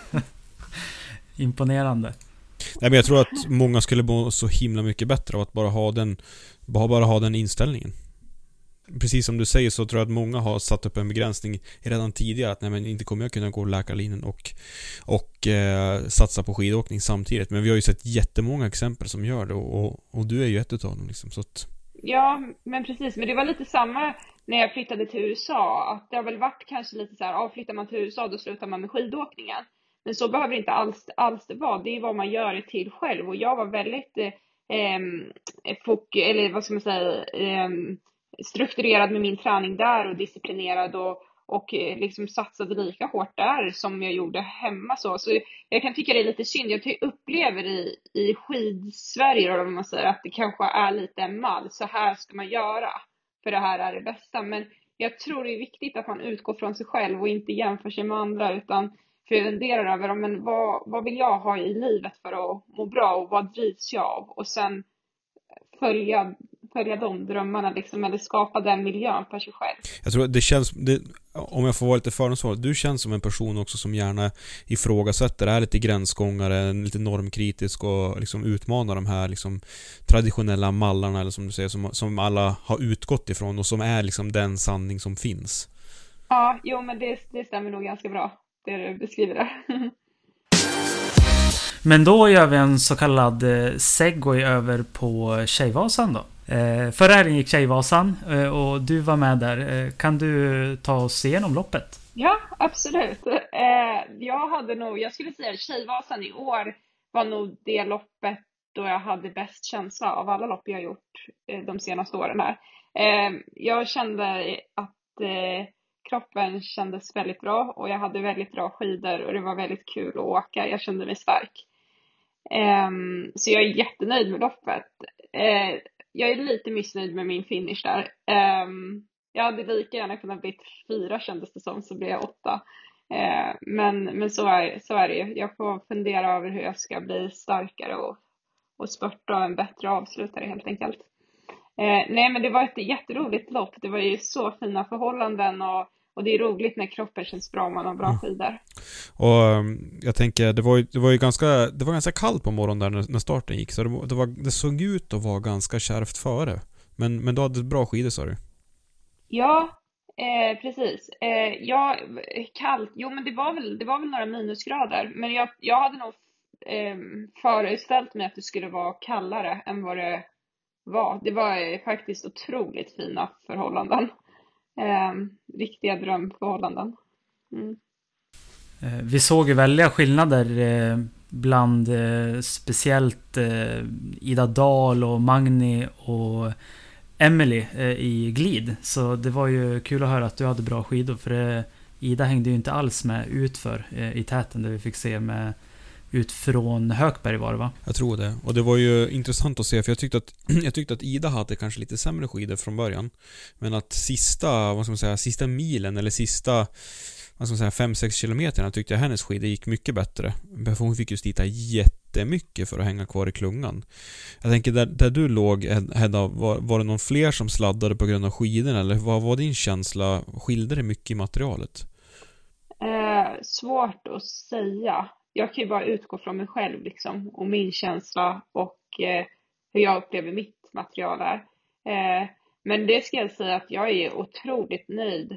imponerande. Nej, men jag tror att många skulle må så himla mycket bättre av att bara ha den, bara, bara ha den inställningen. Precis som du säger så tror jag att många har satt upp en begränsning redan tidigare, att nej, men inte kommer jag kunna gå läkarlinjen och, och eh, satsa på skidåkning samtidigt. Men vi har ju sett jättemånga exempel som gör det, och, och, och du är ju ett utav dem liksom, så att... Ja, men precis, men det var lite samma när jag flyttade till U S A, att det har väl varit kanske lite så här, ja, flyttar man till U S A då slutar man med skidåkningen. Men så behöver det inte alls, alls det vara. Det är vad man gör det till själv. Och jag var väldigt eh, fok, eller vad ska man säga, eh, strukturerad med min träning där och disciplinerad. Och, och liksom satsade lika hårt där som jag gjorde hemma. Så, så jag kan tycka det är lite synd. Jag upplever i, i skidsverige, eller vad man säger, att det kanske är lite en mall. Så här ska man göra, för det här är det bästa. Men jag tror det är viktigt att man utgår från sig själv och inte jämför sig med andra, utan funderar över men vad, vad vill jag ha i livet för att må bra och vad drivs jag av, och sen följa, följa de drömmarna liksom, eller skapa den miljön för sig själv. Jag tror det känns, det, om jag får vara lite fördomsfull, du känns som en person också som gärna ifrågasätter, är lite gränsgångare, lite normkritisk och liksom utmanar de här liksom traditionella mallarna, eller som du säger, som, som alla har utgått ifrån och som är liksom den sanning som finns. Ja, jo men det, det stämmer nog ganska bra, det du beskriver där. Men då gör vi en så kallad segway över på Tjejvasan då. Eh, förra helgen gick Tjejvasan eh, och du var med där. Eh, kan du ta oss igenom loppet? Ja, absolut. Eh, jag hade nog, jag skulle säga Tjejvasan i år var nog det loppet då jag hade bäst känsla av alla lopp jag gjort eh, de senaste åren här. Eh, jag kände att eh, kroppen kändes väldigt bra och jag hade väldigt bra skidor och det var väldigt kul att åka. Jag kände mig stark. Um, så jag är jättenöjd med loppet. Uh, jag är lite missnöjd med min finish där. Um, jag hade lika gärna kunnat bli fyra, kändes det som, så blev jag åtta. Uh, men men så, är, så är det ju. Jag får fundera över hur jag ska bli starkare och, och spurta en bättre avslutare helt enkelt. Uh, nej men det var ett jätteroligt lopp. Det var ju så fina förhållanden och Och det är roligt när kroppen känns bra om man har bra skidor. Och jag tänker, det var ju, det var ju ganska, det var ganska kallt på morgonen där när, när starten gick. Så det, det, var, det såg ut att vara ganska kärvt före. Men, men du hade bra skidor, sa du? Ja, eh, precis. Eh, ja, kallt. Jo, men det var väl, det var väl några minusgrader. Men jag, jag hade nog eh, föreställt mig att det skulle vara kallare än vad det var. Det var eh, faktiskt otroligt fina förhållanden. Eh, riktiga drömförhållanden. Mm. Vi såg ju väldiga skillnader eh, bland eh, speciellt eh, Ida Dahl och Magni och Emily eh, i glid. Så det var ju kul att höra att du hade bra skidor, för eh, Ida hängde ju inte alls med utför eh, i täten där vi fick se med ut från Hökberg var det, va? Jag tror det. Och det var ju intressant att se, för jag tyckte att jag tyckte att Ida hade kanske lite sämre skidor från början, men att sista, vad ska man säga, sista milen eller sista, vad ska man säga, fem sex kilometerna tyckte jag hennes skidor gick mycket bättre. För hon fick ju slita jättemycket för att hänga kvar i klungan. Jag tänker, där, där du låg, Hedda, var, var det någon fler som sladdade på grund av skidorna, eller vad var din känsla? Skilde det mycket i materialet? Eh, svårt att säga. Jag kan ju bara utgå från mig själv liksom, och min känsla och eh, hur jag upplever mitt material här. Eh, men det ska jag säga att jag är otroligt nöjd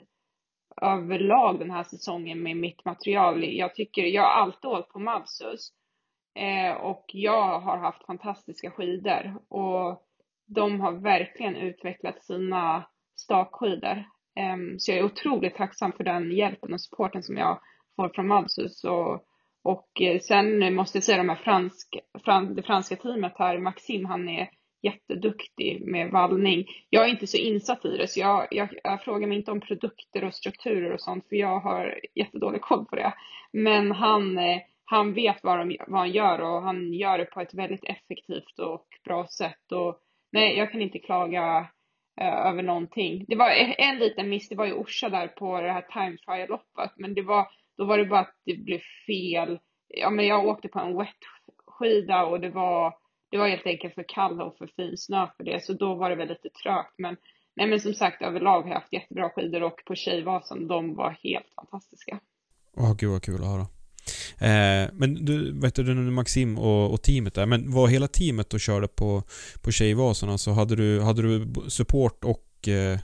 överlag den här säsongen med mitt material. Jag tycker, jag har alltid åkt på Mavsus eh, och jag har haft fantastiska skidor och de har verkligen utvecklat sina stakskidor. Eh, så jag är otroligt tacksam för den hjälpen och supporten som jag får från Mavsus. Och Och sen måste jag säga de här fransk, fran, det franska teamet här, Maxim, han är jätteduktig med vallning. Jag är inte så insatt i det, så jag, jag, jag frågar mig inte om produkter och strukturer och sånt, för jag har jättedålig koll på det. Men han, han vet vad, de, vad han gör, och han gör det på ett väldigt effektivt och bra sätt. Och nej, jag kan inte klaga uh, över någonting. Det var en liten miss, det var ju Orsa där på det här time trial-loppet, men det var Då var det bara att det blev fel. Ja, men jag åkte på en wet skida och det var, det var helt enkelt för kall och för fin snö för det. Så då var det väl lite trögt. Men, nej, men som sagt, överlag har jag haft jättebra skidor, och på Tjejvasan, de var helt fantastiska. Åh, oh, gud vad kul att höra. Eh, men du, vet du, Maxim och, och teamet där, men var hela teamet och körde på, på Tjejvasan? Alltså hade du, hade du support och... Eh...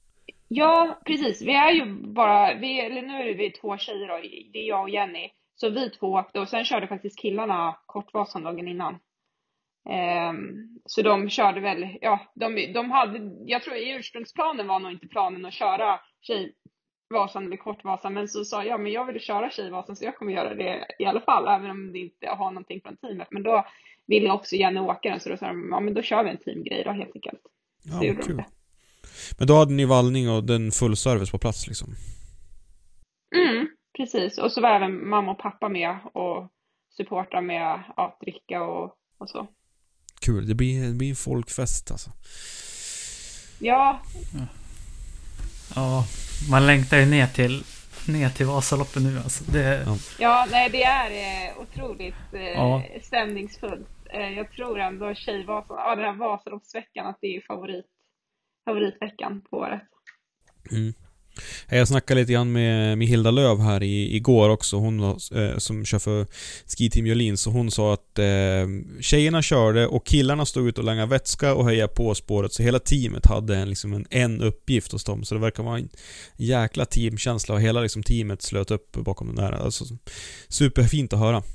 Ja, precis. Vi är ju bara, vi, eller nu är vi två tjejer då, det är jag och Jenny. Så vi två åkte, och sen körde faktiskt killarna Kortvasan dagen innan. Um, så de körde väl, ja, de, de hade, jag tror i ursprungsplanen var nog inte planen att köra Tjejvasan eller Kortvasan. Men så sa jag, men jag vill köra Tjejvasan, så jag kommer göra det i alla fall, även om det inte har någonting från teamet. Men då ville också Jenny åka den, så då sa de, ja men då kör vi en teamgrej då helt enkelt. Ja, kul. Men då hade ni vallning och den full service på plats liksom? precis. Och så var även mamma och pappa med och supporta med att dricka och, och så. Kul, det blir, det blir en folkfest alltså. Ja. Ja, man längtar ju ner till ner till Vasaloppet nu alltså. Det... Ja. ja, nej det är eh, otroligt eh, ja. stämningsfullt. Eh, jag tror ändå Tjejvasan, ja den här Vasaloppsveckan, att det är favorit, favoritveckan på året. Mm. Jag snackade lite grann med, med Hilda Löv här i, igår också, hon eh, som kör för Ski Team Jolin, så hon sa att eh, tjejerna körde och killarna stod ut och langade vätska och höja på spåret, så hela teamet hade en, liksom en, en uppgift hos dem, så det verkar vara en jäkla teamkänsla och hela liksom, teamet slöt upp bakom den där, alltså superfint att höra.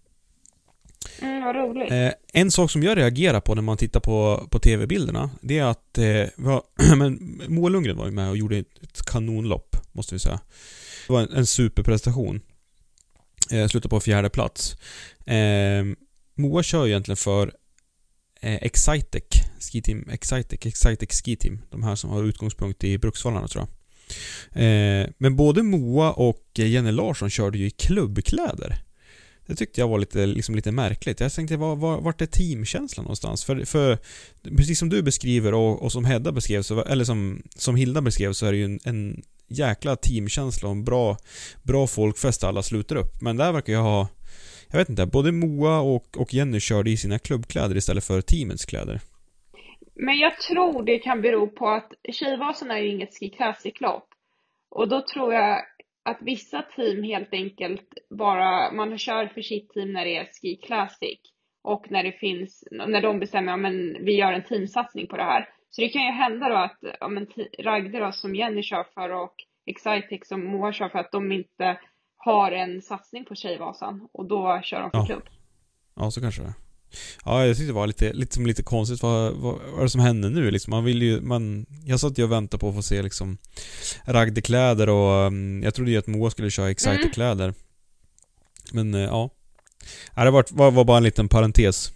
Mm, vad roligt. Eh, en sak som jag reagerar på när man tittar på, på tv-bilderna, det är att eh, var, men Moa Lundgren var ju med och gjorde ett, ett kanonlopp, måste vi säga. Det var en, en superprestation. Eh, slutade på fjärde plats. Eh, Moa kör ju egentligen för eh, Excitec Ski Team, Excitec, Excitec Ski Team, de här som har utgångspunkt i Bruksvallarna tror jag. Eh, men både Moa och Jenny Larsson körde ju i klubbkläder. Det tyckte jag var lite, liksom lite märkligt. Jag tänkte, var, var, vart är teamkänslan någonstans? För, för precis som du beskriver och, och som Hedda beskrev, så, eller som, som Hilda beskrev, så är det ju en, en jäkla teamkänsla och en bra, bra folkfest, alla sluter upp. Men där verkar jag ha, jag vet inte, både Moa och, och Jenny körde i sina klubbkläder istället för teamets kläder. Men jag tror det kan bero på att Tjejvasan är ju inget Ski Classic-lopp. Och då tror jag att vissa team helt enkelt bara, man kör för sitt team när det är Ski Classic. Och när det finns, när de bestämmer, ja men vi gör en teamsatsning på det här. Så det kan ju hända då att, ja men Ragde då, som Jenny kör för och Excitec som Moa kör för, att de inte har en satsning på Tjejvasan. Och då kör de för ja. klubb. Ja, så kanske det. Ja, jag tyckte det var lite, lite, lite konstigt. Vad, vad, vad är det som händer nu? Liksom, man vill ju, man, jag satt ju och väntade på att få se liksom, Ragde-kläder och um, jag trodde ju att Moa skulle köra Excitec-kläder. Mm. Men uh, ja. ja, det var, var, var bara en liten parentes.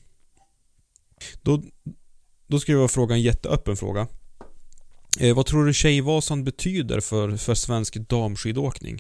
Då, då ska jag vara fråga en jätteöppen fråga. Eh, vad tror du Tjejvasan betyder för, för svensk damskidåkning?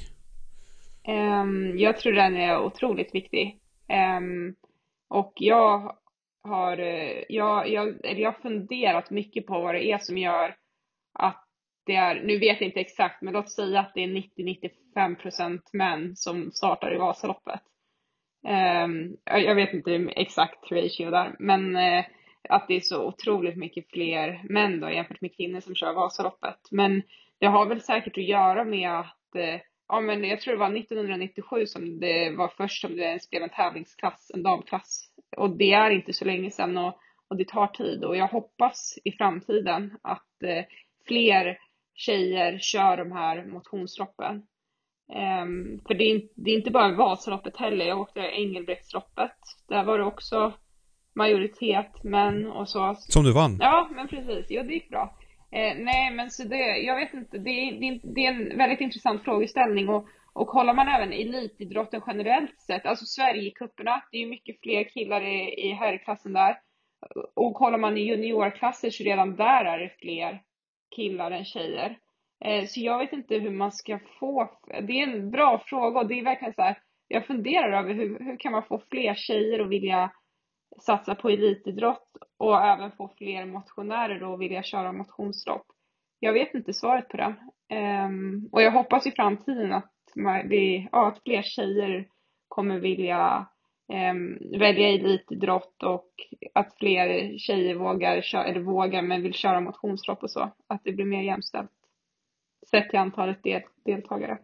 Um, jag tror den är otroligt viktig. Um, Och jag har, jag, jag, eller jag har funderat mycket på vad det är som gör att det är, nu vet jag inte exakt, men låt säga att det är nittio till nittiofem procent män som startar i Vasaloppet. Um, jag vet inte exakt ratio där, men uh, att det är så otroligt mycket fler män då jämfört med kvinnor som kör Vasaloppet. Men det har väl säkert att göra med att uh, ja, men jag tror det var nittonhundranittiosju som det var först som det blev en tävlingsklass, en damklass. Och det är inte så länge sedan och, och det tar tid. Och jag hoppas i framtiden att eh, fler tjejer kör de här motionsloppen. Um, för det är, det är inte bara Vasaloppet heller. Jag åkte Engelbrektsloppet. Där var det också majoritet män och så. Som du vann? Ja, men precis. Ja, det gick bra. Eh, nej, men så det, jag vet inte, det är, det, det är en väldigt intressant frågeställning och, och kollar man även elitidrotten generellt sett, alltså Sverigecuperna, det är ju mycket fler killar i, i herrklassen där, och kollar man i juniorklasser så redan där är det fler killar än tjejer. Eh, så jag vet inte hur man ska få, det är en bra fråga och det är verkligen så här, jag funderar över hur, hur kan man få fler tjejer att vilja satsa på elitidrott och även få fler motionärer då och vilja köra motionslopp. Jag vet inte svaret på det. Um, och jag hoppas i framtiden att, det, ja, att fler tjejer kommer vilja um, välja elitidrott och att fler tjejer vågar, köra, eller vågar men vill köra motionslopp och så. Att det blir mer jämställt sett till antalet del, deltagare.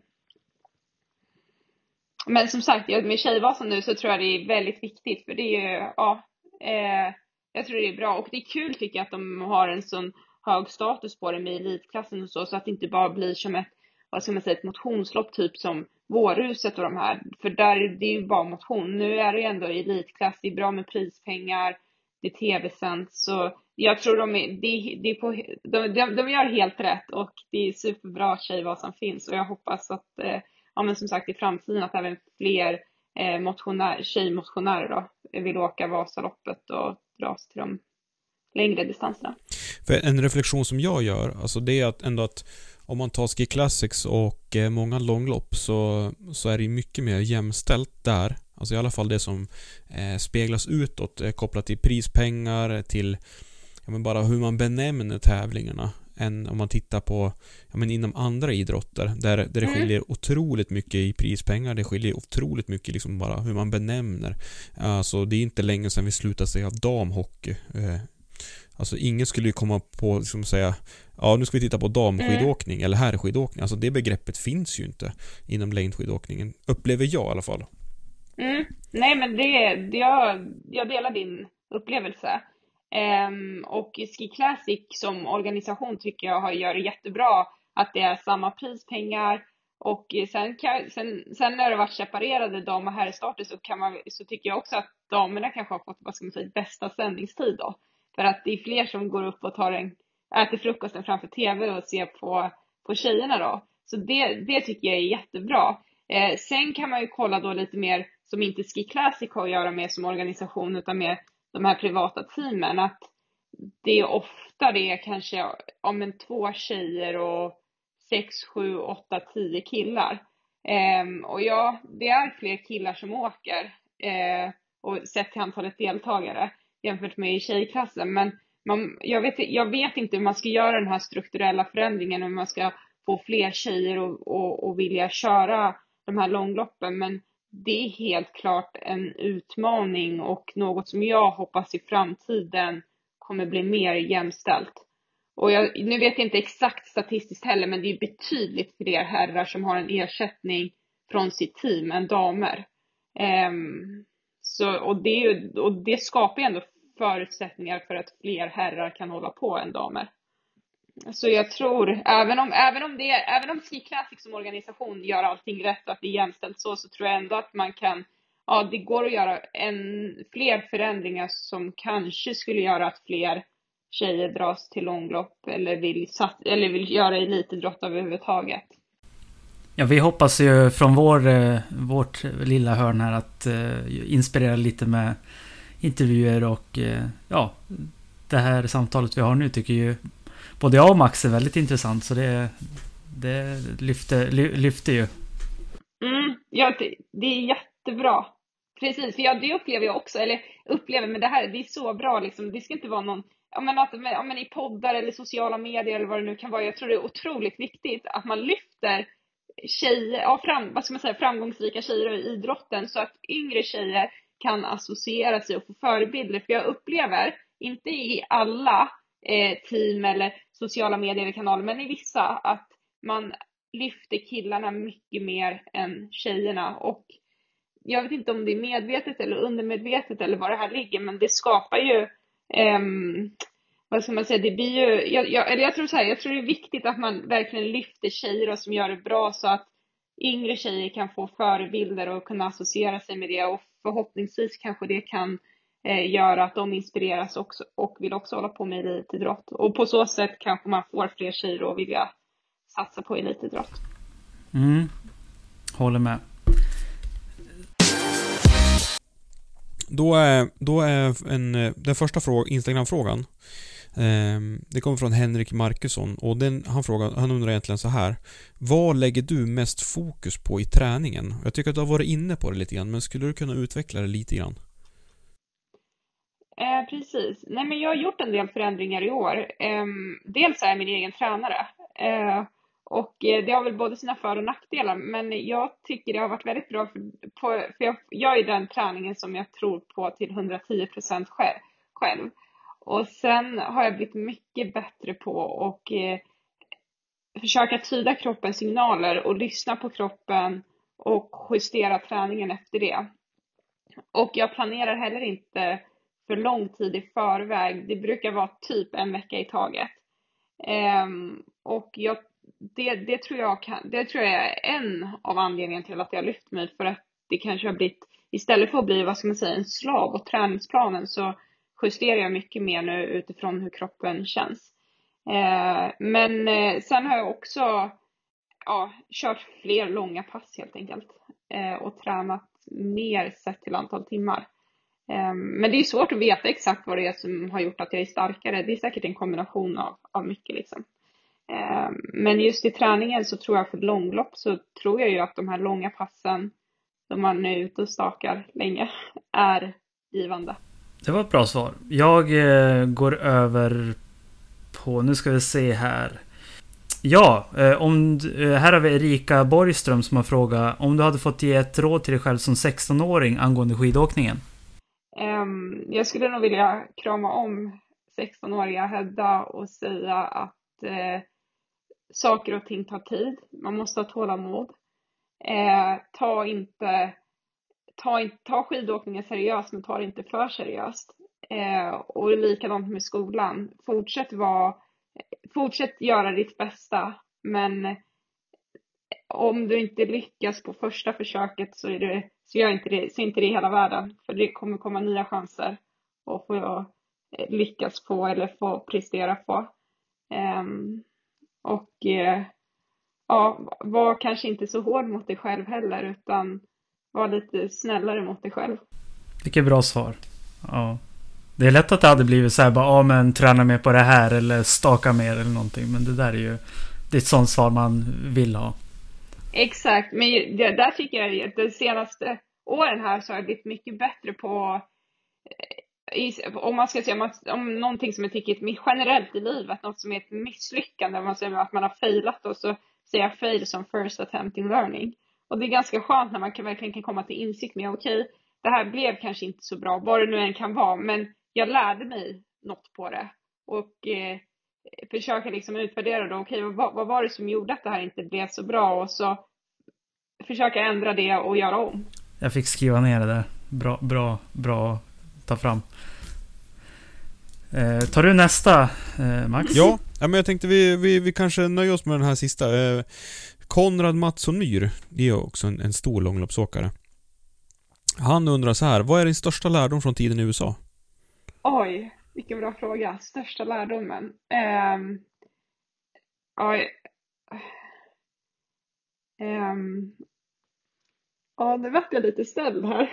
Men som sagt, med Tjejvasan nu så tror jag det är väldigt viktigt. För det är ju, ja, eh, jag tror det är bra. Och det är kul tycker jag att de har en sån hög status på det med elitklassen och så. Så att det inte bara blir som ett, vad ska man säga, ett motionslopp typ som Vårhuset och de här. För där det är ju bara motion. Nu är det ju ändå elitklass, det är bra med prispengar, det är tv-sänt. Så jag tror de, är, det, det är på, de, de, de gör helt rätt och det är superbra Tjejvasan finns. Och jag hoppas att... Eh, ja, men som sagt i framtiden att även fler eh, motionär, tjejmotionärer då vill åka Vasaloppet och dras till de längre distanserna. För en reflektion som jag gör, alltså det är att ändå att om man tar Ski Classics och eh, många långlopp så, så är det mycket mer jämställt där. Alltså i alla fall det som eh, speglas utåt eh, kopplat till prispengar, till ja, men bara hur man benämner tävlingarna, än om man tittar på ja, men inom andra idrotter där, där det skiljer mm. otroligt mycket i prispengar. Det skiljer otroligt mycket liksom bara hur man benämner. Alltså det är inte länge sedan vi slutade säga damhockey. Eh, alltså ingen skulle ju komma på liksom säga ja nu ska vi titta på damskidåkning mm. eller herrskidåkning. Alltså det begreppet finns ju inte inom längdskidåkningen. Upplever jag i alla fall. Mm. Nej men det, det jag, jag delar din upplevelse. Um, och Ski Classic som organisation tycker jag har gör det jättebra att det är samma prispengar, och sen, kan, sen, sen när det varit separerade dam- och herrstarter så, kan man, så tycker jag också att damerna kanske har fått vad ska man säga, bästa sändningstid då, för att det är fler som går upp och tar en, äter frukosten framför tv och ser på, på tjejerna då, så det, det tycker jag är jättebra. Eh, sen kan man ju kolla då lite mer som inte Ski Classic har att göra med som organisation utan med de här privata teamen, att det är ofta det är kanske om en två tjejer och sex, sju, åtta, tio killar. Ehm, och ja, det är fler killar som åker eh, och sett till antalet deltagare jämfört med i tjejklassen. Men man, jag, vet, jag vet inte hur man ska göra den här strukturella förändringen, hur man ska få fler tjejer och, och, och vilja köra de här långloppen, men det är helt klart en utmaning och något som jag hoppas i framtiden kommer bli mer jämställt. Och jag, nu vet jag inte exakt statistiskt heller, men det är betydligt fler herrar som har en ersättning från sitt team än damer. Um, så, och, det, och det skapar ändå förutsättningar för att fler herrar kan hålla på än damer. Så jag tror, även om, även om, det, även om Ski Classic som organisation gör allting rätt och att det är jämställt så, så tror jag ändå att man kan, ja det går att göra en, fler förändringar som kanske skulle göra att fler tjejer dras till långlopp eller vill, eller vill göra elitidrott överhuvudtaget. Ja, vi hoppas ju från vår, vårt lilla hörn här att uh, inspirera lite med intervjuer och uh, ja, det här samtalet vi har nu tycker ju både jag och Max är väldigt intressant, så det, det lyfter, lyfter ju. Mm, ja, det, det är jättebra. Precis, för ja, det upplever jag också, eller upplever, men det här, det är så bra liksom, det ska inte vara någon, ja men, att, ja, men i poddar eller sociala medier eller vad det nu kan vara, jag tror det är otroligt viktigt att man lyfter tjejer, ja, fram, vad ska man säga, framgångsrika tjejer i idrotten så att yngre tjejer kan associera sig och få förebilder, för jag upplever, inte i alla eh, team eller sociala medier eller kanaler, men i vissa, att man lyfter killarna mycket mer än tjejerna, och jag vet inte om det är medvetet eller undermedvetet eller vad det här ligger, men det skapar ju um, vad ska man säga, det blir ju jag, jag, eller jag tror så här, jag tror det är viktigt att man verkligen lyfter tjejer som gör det bra så att yngre tjejer kan få förebilder och kunna associera sig med det, och förhoppningsvis kanske det kan eh, göra att de inspireras också och vill också hålla på med elitidrott, och på så sätt kanske man får fler tjejer att vilja satsa på elitidrott. Mm. Håller med. Då är, då är en, den första fråga, Instagram-frågan eh, det kommer från Henrik Markusson, och den, han, frågar, han undrar egentligen så här: vad lägger du mest fokus på i träningen? Jag tycker att du har varit inne på det lite grann, men skulle du kunna utveckla det lite grann? Eh, precis. Nej, men jag har gjort en del förändringar i år. Eh, dels är jag min egen tränare. Eh, och det har väl både sina för- och nackdelar. Men jag tycker det har varit väldigt bra. För, på, för jag, jag är den träningen som jag tror på till hundratio procent själv. själv. Och sen har jag blivit mycket bättre på att eh, försöka tyda kroppens signaler och lyssna på kroppen och justera träningen efter det. Och jag planerar heller inte för lång tid i förväg. Det brukar vara typ en vecka i taget. Um, och jag, det, det, tror jag kan, det tror jag är en av anledningarna till att jag har lyft mig. För att det kanske har blivit, istället för att bli, vad ska man säga, en slav och träningsplanen, så justerar jag mycket mer nu utifrån hur kroppen känns. Uh, men uh, sen har jag också ja, kört fler långa pass helt enkelt. Uh, och tränat mer sett till antal timmar. Men det är svårt att veta exakt vad det är som har gjort att jag är starkare. Det är säkert en kombination av, av mycket liksom. Eh, men just i träningen så tror jag för långlopp så tror jag ju att de här långa passen som man är ute och stakar länge är givande. Det var ett bra svar. Jag eh, går över på, nu ska vi se här. Ja, eh, om, eh, här har vi Erika Borgström som har frågat om du hade fått ge ett råd till dig själv som sexton-åring angående skidåkningen. Um, jag skulle nog vilja krama om sexton-åriga Hedda och säga att eh, saker och ting tar tid. Man måste ha tålamod. Eh, ta inte ta, inte, ta skidåkningen seriöst, men ta det inte för seriöst. Eh, och likadant med skolan. Fortsätt, vara, fortsätt göra ditt bästa, men om du inte lyckas på första försöket så, är det, så gör inte det, så inte det i hela världen. För det kommer komma nya chanser att få lyckas på eller få prestera på. Um, och uh, ja, var kanske inte så hård mot dig själv heller, utan var lite snällare mot dig själv. Vilket bra svar. Ja. Det är lätt att det hade blivit så här bara, ja men träna mer på det här eller staka mer eller någonting. Men det där är ju, det är ett sånt svar man vill ha. Exakt, men det, där tycker jag att de senaste åren här så har jag blivit mycket bättre på, i, om man ska säga om någonting som jag tycker är generellt i livet, något som är ett misslyckande, om man säger att man har failat, och så säger jag fail som first attempt in learning. Och det är ganska skönt när man kan, verkligen kan komma till insikt med, okej, okay, det här blev kanske inte så bra, vad det nu än kan vara, men jag lärde mig något på det. Och eh, försöka liksom utvärdera då, okej, okay, vad, vad var det som gjorde att det här inte blev så bra, och så försöka ändra det och göra om. Jag fick skriva ner det där. Bra, bra, bra ta fram. Eh, tar du nästa, eh, Max? Ja, ja, men jag tänkte vi, vi, vi kanske nöjer oss med den här sista. Eh, Konrad Mattsson Myhr, det är också en, en stor långloppsåkare. Han undrar så här, vad är din största lärdom från tiden i U S A? Oj, vilken bra fråga. Största lärdomen. Um, oj. Um, ja, nu vart jag lite ställd här.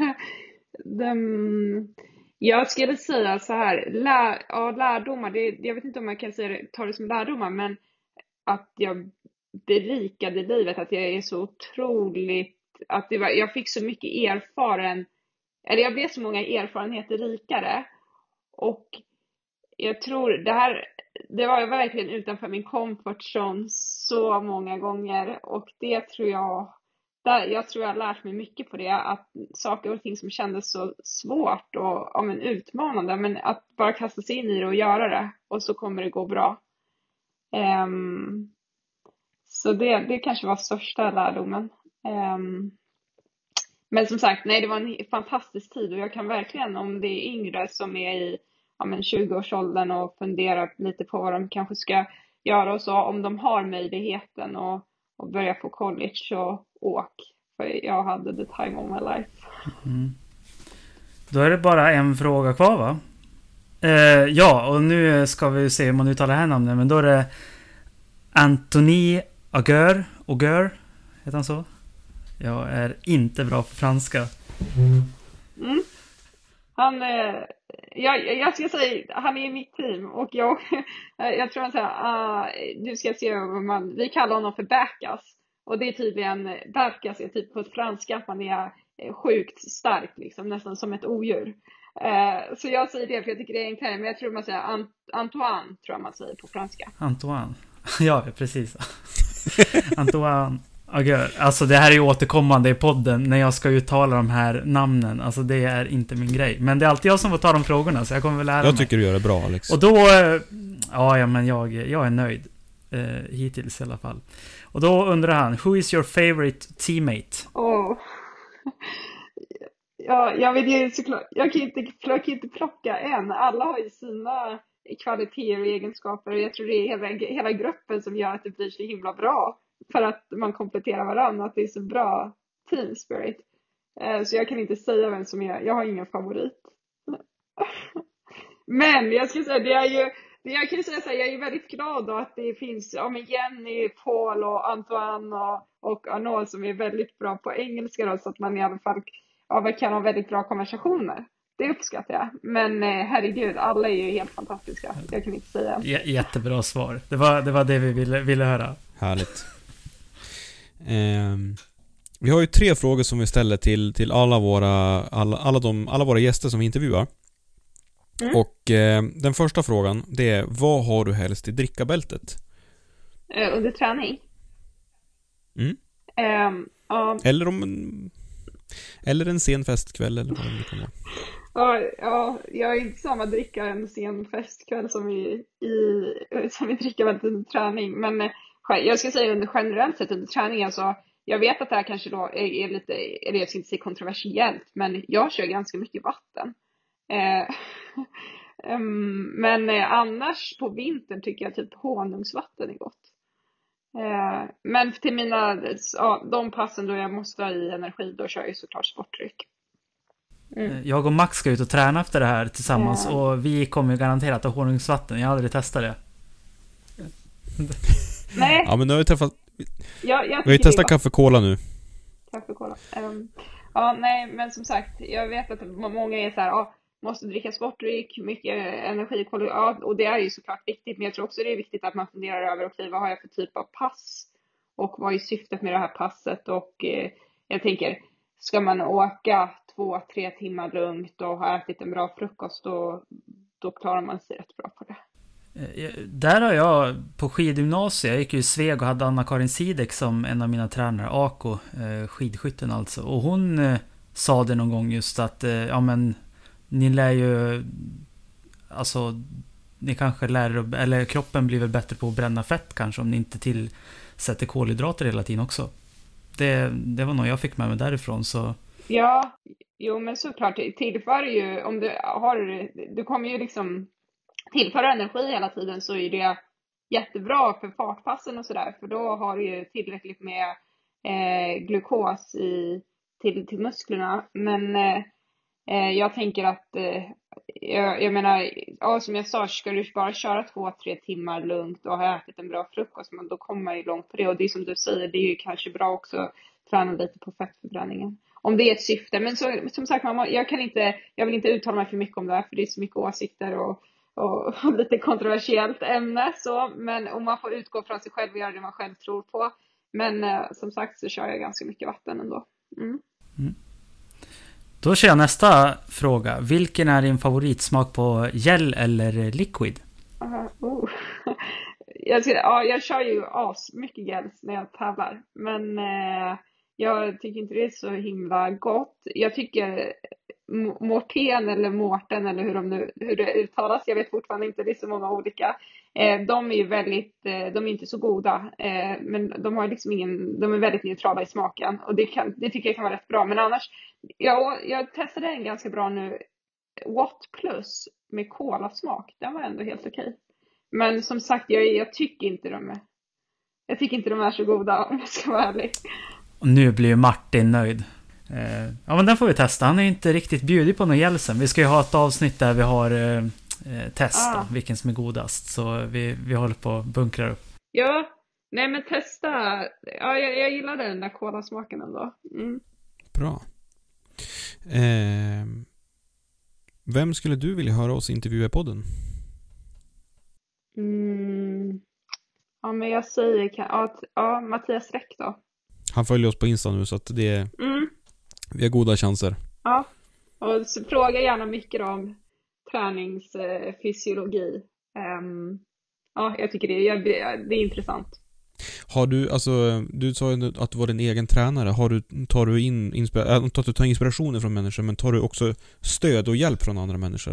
Den, jag skulle säga så här, lär, ja, lärdomar, det, jag vet inte om man kan säga det, ta det som lärdomar, men att jag berikade livet, att jag är så otroligt, att det var, jag fick så mycket erfaren, eller jag blev så många erfarenheter rikare, och jag tror det här, det var verkligen utanför min comfort zone så många gånger, och det tror jag, där, jag tror jag har lärt mig mycket på det, att saker och ting som kändes så svårt och ja, men utmanande, men att bara kasta sig in i det och göra det, och så kommer det gå bra. Um, så det, det kanske var största lärdomen. Um, men som sagt, nej, det var en fantastisk tid, och jag kan verkligen, om det är yngre som är i ja, men tjugo-årsåldern och funderar lite på vad de kanske ska göra och så, om de har möjligheten och, och börja på college och åk. För jag hade the time of my life. Mm. Då är det bara en fråga kvar, va? Eh, ja, och nu ska vi se om man uttalar det här namnet, men då är det Anthony Auger, Auger, heter han så? Jag är inte bra på franska. Mm. Han, eh, jag, jag ska säga, han är i mitt team, och jag, jag tror han säger, uh, nu ska jag se om man, vi kallar honom för Backas, och det är tydligen, Backas är typ på franska att man är sjukt stark, liksom, nästan som ett odjur. Uh, så jag säger det för jag tycker det är enklare, men jag tror man säger Ant- Antoine, tror jag man säger på franska. Antoine, ja precis. Antoine Auger. Alltså det här är ju återkommande i podden när jag ska uttala de här namnen. Alltså det är inte min grej. Men det är alltid jag som får ta de frågorna, så jag kommer väl lära jag mig. Jag tycker du gör det bra, Alex. Och då, ja, ja men jag, jag är nöjd. Eh, hittills i alla fall. Och då undrar han, who is your favorite teammate? Åh. Oh. Ja, jag vet ju såklart, jag kan inte, jag kan inte plocka en. Alla har ju sina kvaliteter och egenskaper, och jag tror det är hela, hela gruppen som gör att det blir så himla bra. För att man kompletterar varandra, att det är så bra team spirit. Så jag kan inte säga vem som är, jag har ingen favorit. Men jag ska säga, det är ju, det jag kan säga så här, jag är väldigt glad då att det finns ja, men Jenny, Paul och Antoine och, och Arnaud som är väldigt bra på engelska då, så att man i alla fall ja, kan ha väldigt bra konversationer. det uppskattar jag. Men eh, herregud, alla är ju helt fantastiska. Jag kan inte säga. J- jättebra svar. Det var, det var det vi ville, ville höra. Härligt. Um, vi har ju tre frågor som vi ställer till, till alla, våra, alla, alla, de, alla våra gäster som vi intervjuar. Mm. Och eh, den första frågan, det är: vad har du helst i drickabältet? Uh, under träning? Mm. Um, um, eller om en, eller en sen festkväll eller vad det kan vara. Ja, ja, jag är inte samma dricka en sen festkväll som i, i som i drickabältet under träning. Men eh, jag ska säga under generellt sett under träning, alltså, jag vet att det här kanske då är, är lite, eller jag ska inte säga kontroversiellt, men jag kör ganska mycket vatten. Eh, um, men eh, annars på vintern tycker jag typ honungsvatten är gott. Eh, men till mina, ja, de passen då jag måste ha i energi, då kör jag såklart sportdryck. Mm. Jag och Max ska ut och träna efter det här tillsammans, mm. och vi kommer ju garanterat att ha honungsvatten. Jag har aldrig testat det. Nej. Ja, men nu har vi träffat. Ja, vi har ju testat kaffe-cola nu. Kaffe-cola. Um, ja, nej, men som sagt, jag vet att många är så här, ja, måste dricka sportdryck, mycket energi, ja, och det är ju såklart viktigt, men jag tror också det är viktigt att man funderar över, okej, vad har jag för typ av pass och vad är syftet med det här passet, och eh, jag tänker, ska man åka två, tre timmar lugnt och ha ätit en bra frukost, då, då klarar man sig rätt bra på det. Där har jag på skidgymnasiet, jag gick ju i Sveg och hade Anna-Karin Sidek som en av mina tränare, A K, skidskytten alltså, och hon eh, sa det någon gång just att eh, ja men ni lär ju, alltså ni kanske lär, eller kroppen blir väl bättre på att bränna fett kanske om ni inte tillsätter kolhydrater hela tiden också. Det, det var nog jag fick med mig därifrån, så. Ja, jo men såklart, tillför ju, om du har, du kommer ju liksom tillföra energi hela tiden, så är det jättebra för fartpassen och sådär, för då har du ju tillräckligt med eh, glukos i, till, till musklerna. Men eh, jag tänker att eh, jag, jag menar, ja, som jag sa, ska du bara köra två, tre timmar lugnt och ha ätit en bra frukost, men då kommer man ju långt på det. Och det är som du säger, det är ju kanske bra också att träna lite på fettförbränningen, om det är ett syfte. Men så, som sagt, man, jag kan inte, jag vill inte uttala mig för mycket om det här, för det är så mycket åsikter och och lite kontroversiellt ämne, så, men om man får utgå från sig själv och göra det man själv tror på. Men eh, som sagt så kör jag ganska mycket vatten ändå. Mm. Mm. Då kör jag nästa fråga. Vilken är din favoritsmak på gel eller liquid? Uh, oh. jag, ska, ja, jag kör ju as mycket gels när jag tävlar, men eh, jag tycker inte det är så himla gott. Jag tycker Morten eller Mårten eller hur, de nu, hur det uttalas, jag vet fortfarande inte, det är så många olika. Eh, de är ju väldigt, eh, de är inte så goda, eh, men de har liksom ingen, de är väldigt neutrala i smaken, och det, kan, det tycker jag kan vara rätt bra. Men annars, jag, jag testade en ganska bra nu, Watt Plus med kolasmak, den var ändå helt okej. Men som sagt, jag, jag tycker inte de är, jag tycker inte de är så goda, om jag ska vara ärlig. Och nu blir Martin nöjd. Eh, ja, men den får vi testa. Han är inte riktigt bjudit på någon gelsen. Vi ska ju ha ett avsnitt där vi har eh, testa ah. vilken som är godast. Så vi, vi håller på att bunkra upp. Ja, nej men testa. Ja, jag, jag gillar den där kolasmaken ändå. Mm. Bra. Eh, vem skulle du vilja höra oss intervjua i podden? Mm. Ja, men jag säger ja, ja, Mattias Räck då. Han följer oss på Insta nu, så att det är, mm. vi har goda chanser. Ja, och så fråga gärna mycket om träningsfysiologi. Um, ja, jag tycker det, det är intressant. Har du, alltså, du sa ju att du var din egen tränare. Har du, tar du in inspira- tar du tar inspirationer från människor, men tar du också stöd och hjälp från andra människor?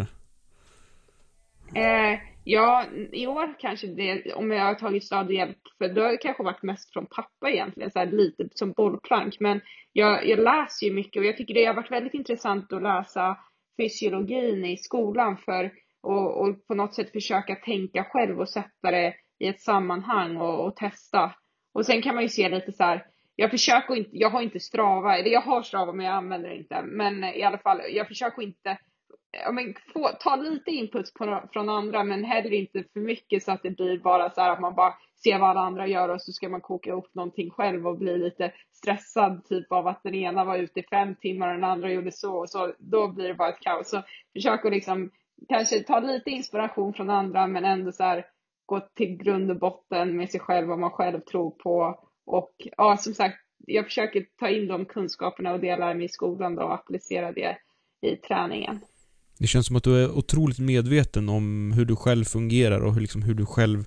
Eh, ja, i år kanske det, om jag har tagit stöd och hjälp, för det har kanske varit mest från pappa egentligen, så här lite som bollplank. Men jag, jag läser ju mycket, och jag tycker det har varit väldigt intressant att läsa fysiologin i skolan, för och, och på något sätt försöka tänka själv och sätta det i ett sammanhang och, och testa. Och sen kan man ju se lite så här, jag försöker inte, jag har inte Strava, eller jag har Strava men jag använder det inte, men i alla fall, jag försöker inte ja, men få, ta lite input på, från andra, men heller inte för mycket så att det blir bara så här att man bara ser vad alla andra gör och så ska man koka upp någonting själv och bli lite stressad typ av att den ena var ute i fem timmar och den andra gjorde så och så. Då blir det bara ett kaos. Så försök att liksom kanske ta lite inspiration från andra, men ändå så här gå till grund och botten med sig själv, vad man själv tror på. Och ja, som sagt, jag försöker ta in de kunskaperna och dela mig i skolan då och applicera det i träningen. Det känns som att du är otroligt medveten om hur du själv fungerar och hur, liksom, hur du själv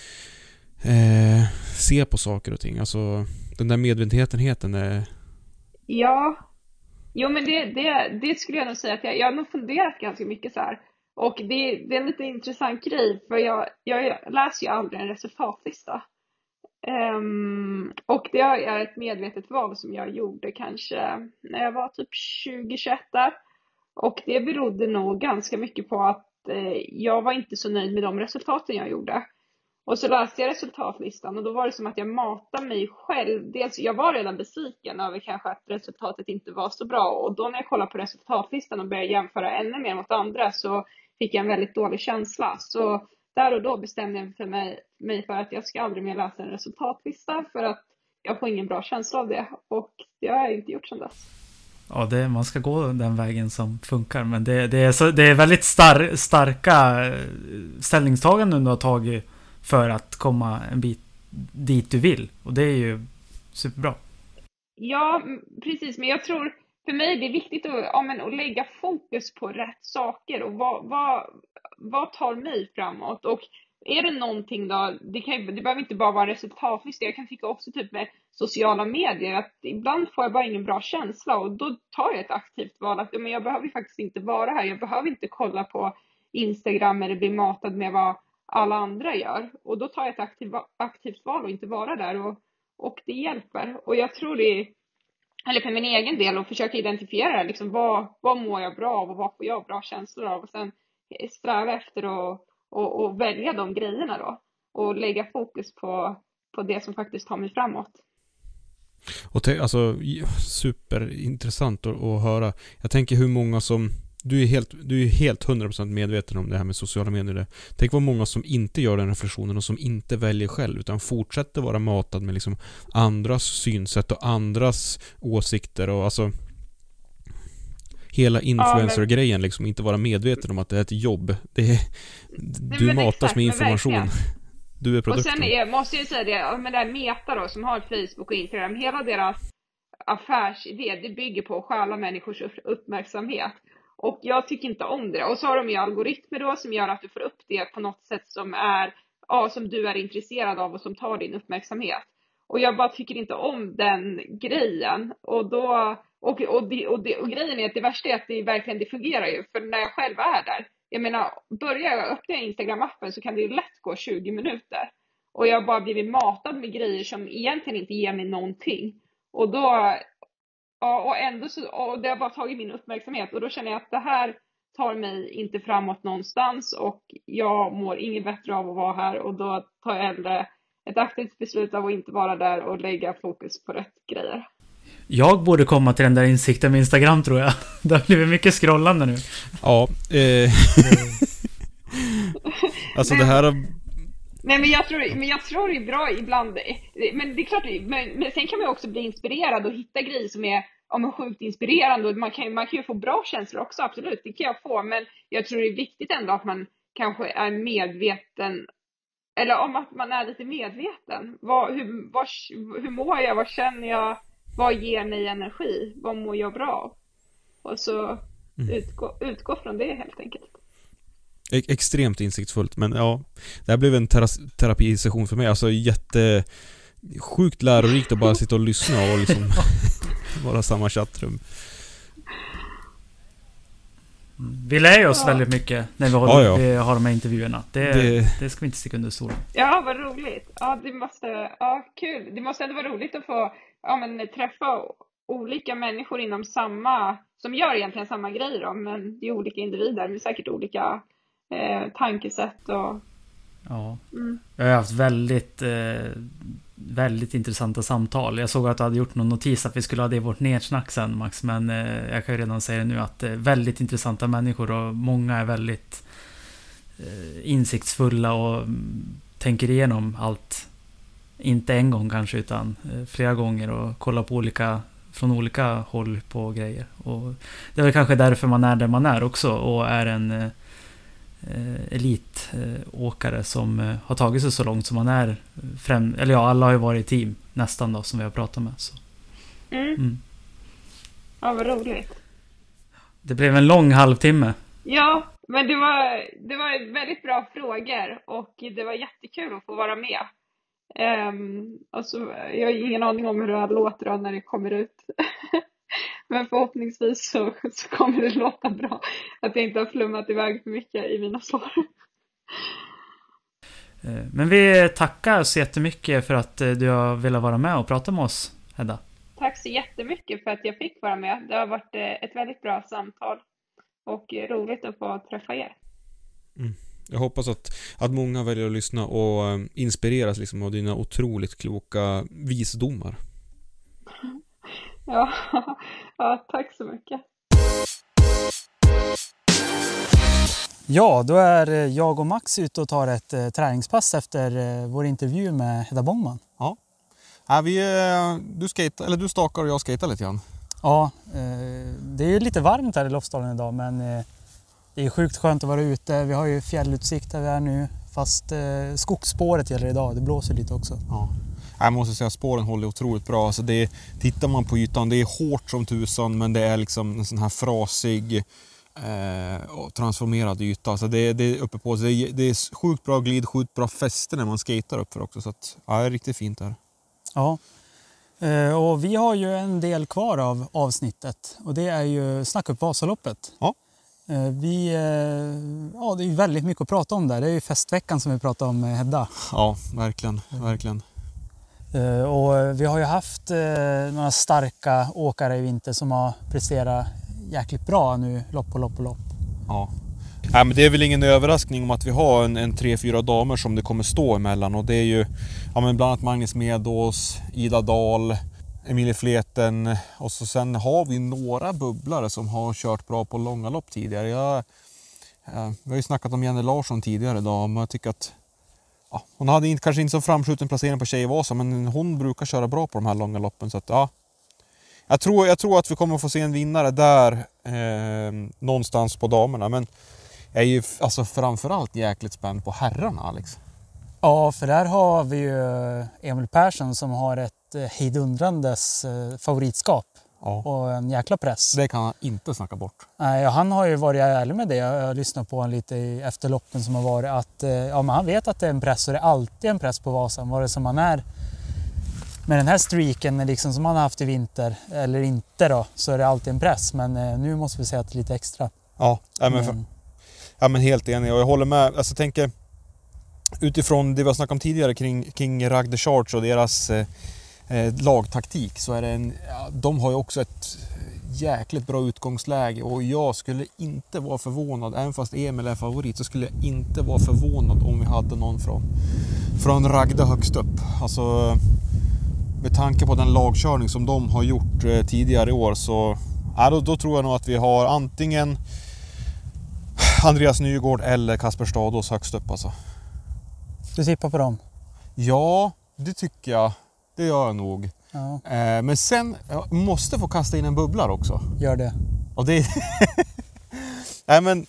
eh, ser på saker och ting. Alltså, den där medvetenheten är... Ja, jo men det, det, det skulle jag nog säga att jag, jag har nog funderat ganska mycket så här. Och det, det är en lite intressant grej, för jag, jag läser ju aldrig en resultatlista. Um, och det är ett medvetet val som jag gjorde kanske när jag var typ tjugo tjugoett där. Och det berodde nog ganska mycket på att eh, jag var inte så nöjd med de resultaten jag gjorde. Och så läste jag resultatlistan och då var det som att jag matade mig själv. Dels, jag var redan besviken över kanske att resultatet inte var så bra. Och då när jag kollade på resultatlistan och började jämföra ännu mer mot andra så fick jag en väldigt dålig känsla. Så där och då bestämde jag för mig, mig för att jag ska aldrig mer läsa en resultatlista för att jag får ingen bra känsla av det. Och det har jag inte gjort sedan dess. Ja, det, man ska gå den vägen som funkar. Men det, det, är, så, det är väldigt star, starka ställningstaganden du har tagit för att komma en bit dit du vill. Och det är ju superbra. Ja, precis. Men jag tror för mig det är viktigt att, ja, men, att lägga fokus på rätt saker. Och vad, vad, vad tar mig framåt? Och är det någonting då, det, kan, det behöver inte bara vara en resultatlista. Jag kan tycka också typ med sociala medier att ibland får jag bara ingen bra känsla. Och då tar jag ett aktivt val att men jag behöver faktiskt inte vara här. Jag behöver inte kolla på Instagram eller bli matad med vad alla andra gör. Och då tar jag ett aktiv, aktivt val och inte vara där. Och, och det hjälper. Och jag tror det är, eller för min egen del, att försöka identifiera liksom, vad, vad mår jag bra av och vad får jag bra känslor av. Och sen sträva efter och, och, och välja de grejerna då. Och lägga fokus på, på det som faktiskt tar mig framåt. Och te, alltså, superintressant att, att höra. Jag tänker hur många som... Du är helt, du är helt hundra procent medveten om det här med sociala medier. Tänk vad många som inte gör den reflektionen och som inte väljer själv utan fortsätter vara matad med liksom andras synsätt och andras åsikter och alltså hela influencer-grejen liksom, inte vara medveten om att det är ett jobb. Det är, du Nej, matas exakt, med information. Du är produkten. Och sen är, måste jag säga det, med det här Meta då, som har Facebook och Instagram, hela deras affärsidé, det bygger på att stjäla människors uppmärksamhet. Och jag tycker inte om det. Och så har de ju algoritmer då som gör att du får upp det på något sätt som är, ja, som du är intresserad av och som tar din uppmärksamhet. Och jag bara tycker inte om den grejen. Och då och, och, det, och, det, och grejen är att det värsta är att det verkligen det fungerar ju. För när jag själv är där, jag menar, börjar jag öppna Instagram-appen så kan det ju lätt gå tjugo minuter. Och jag har bara blivit matad med grejer som egentligen inte ger mig någonting. Och då... Ja, och ändå så, och det har bara tagit min uppmärksamhet och då känner jag att det här tar mig inte framåt någonstans och jag mår inget bättre av att vara här och då tar jag hellre ett aktivt beslut av att inte vara där och lägga fokus på rätt grejer. Jag borde komma till den där insikten med Instagram tror jag. Det har blivit mycket scrollande nu. Ja, eh... alltså det här har... Nej, men jag tror, men jag tror det är bra ibland. Men det är klart, men, men sen kan man också bli inspirerad och hitta grejer som är om sjukt inspirerande. Och man kan, man kan ju få bra känslor också, absolut. Det kan jag få. Men jag tror det är viktigt ändå att man kanske är medveten. Eller om att man är lite medveten. Vad, hur, vad, hur mår jag? Vad känner jag? Vad ger mig energi? Vad mår jag bra av? Och så utgå, utgå från det helt enkelt. Extremt insiktsfullt, men ja, det här blev en tera- terapisession för mig. Alltså jätte sjukt lärorikt att bara sitta och lyssna och liksom vara samma chattrum. Vi lär oss ja. väldigt mycket när vi, håller, ja, ja. vi har de här intervjuerna. Det, det... det ska vi inte sticka under stolen. Ja, vad roligt. Ja, det måste, ja, kul. Det måste ändå vara roligt att få ja, men, träffa olika människor inom samma, som gör egentligen samma grejer då, men det är olika individer med säkert olika Eh, tankesätt och ja. Mm. Jag har haft väldigt eh, väldigt intressanta samtal. Jag såg att du hade gjort någon notis att vi skulle ha det i vårt nedsnack sen, Max, men eh, jag kan ju redan säga nu att det är väldigt intressanta människor och många är väldigt eh, insiktsfulla och mm, tänker igenom allt. Inte en gång kanske, utan eh, flera gånger och kollar på olika, från olika håll på grejer. Och det är väl kanske därför man är där man är också och är en eh, elitåkare som eh, har tagit sig så långt som man är. Främ, eller ja, alla har ju varit i team nästan då, som vi har pratat med. Så. Mm. Mm. Ja, vad roligt. Det blev en lång halvtimme. Ja, men det var, det var väldigt bra frågor och det var jättekul att få vara med. Um, alltså, jag har ingen aning om hur det här låter då när det kommer ut. Men förhoppningsvis så, så kommer det låta bra. Att jag inte har flummat iväg för mycket i mina svar. Men vi tackar så jättemycket för att du har velat vara med och prata med oss, Hedda. Tack så jättemycket för att jag fick vara med. Det har varit ett väldigt bra samtal och roligt att få träffa er. Mm. Jag hoppas att, att många väljer att lyssna och um, inspireras liksom av dina otroligt kloka visdomar. Ja, ja, tack så mycket. Ja, då är jag och Max ute och tar ett eh, träningspass efter eh, vår intervju med Hedda Bångman. Ja, ja vi, eh, du, skate, eller du stakar och jag skater lite grann. Ja, eh, det är ju lite varmt här i Lofsdalen idag, men eh, det är sjukt skönt att vara ute. Vi har ju fjällutsikt där vi är nu, fast eh, skogsspåret gäller idag. Det blåser lite också. Ja. Jag måste säga att spåren håller otroligt bra. Alltså det, tittar man på ytan, det är hårt som tusan, men det är liksom en sån här frasig eh, och transformerad yta. Alltså det, det är uppe på det är, det är sjukt bra glid, sjukt bra fäste när man skater upp för också. Så att, ja, det är riktigt fint där. Ja, eh, och vi har ju en del kvar av avsnittet. Och det är ju Snacka upp Vasaloppet. Ja. Vi, ja, det är ju väldigt mycket att prata om där. Det är ju festveckan som vi pratar om med Hedda. Ja, verkligen, verkligen. Och vi har ju haft några starka åkare i vinter som har presterat jäkligt bra nu, lopp på lopp på lopp. Ja. Nej, men det är väl ingen överraskning om att vi har en, en tre, fyra damer som det kommer stå emellan. Och det är ju ja, men bland annat Magnus Medås, Ida Dahl, Emilie Fleten, och så sen har vi några bubblare som har kört bra på långa lopp tidigare. Jag, ja, vi har ju snackat om Jenny Larsson tidigare idag, men jag tycker att ja, hon hade inte, kanske inte så framskjuten placering på Tjejvasa, men hon brukar köra bra på de här långa loppen. Så att, ja, jag, tror, jag tror att vi kommer att få se en vinnare där eh, någonstans på damerna, men jag är ju alltså framförallt jäkligt spänd på herrarna, Alex. Ja, för där har vi ju Emil Persson som har ett hejdundrandes favoritskap. Ja. Och en jäkla press. Det kan han inte snacka bort. Nej, han har ju varit ärlig med det. Jag har lyssnat på honom lite i efterloppen som har varit. Att, ja, men han vet att det är en press och det är alltid en press på Vasan. Var det som han är med den här streaken liksom, som han har haft i vinter eller inte då, så är det alltid en press. Men nu måste vi säga att det är lite extra. Ja, ja, men, för, ja, men helt enig. Och jag håller med. Alltså, jag tänker utifrån det vi har snackat om tidigare kring, kring Ragde Charge och deras eh, lagtaktik, så är det en, ja, de har ju också ett jäkligt bra utgångsläge och jag skulle inte vara förvånad, även fast Emil är favorit, så skulle jag inte vara förvånad om vi hade någon från, från Ragde högst upp. Alltså med tanke på den lagkörning som de har gjort eh, tidigare i år, så ja, då, då tror jag nog att vi har antingen Andreas Nygård eller Kasper Stadås högst upp alltså. Du tippar på dem? Ja, det tycker jag. Det gör jag nog. Ja. Eh, men sen, jag måste få kasta in en bubblar också. Gör det. Och det Nej, men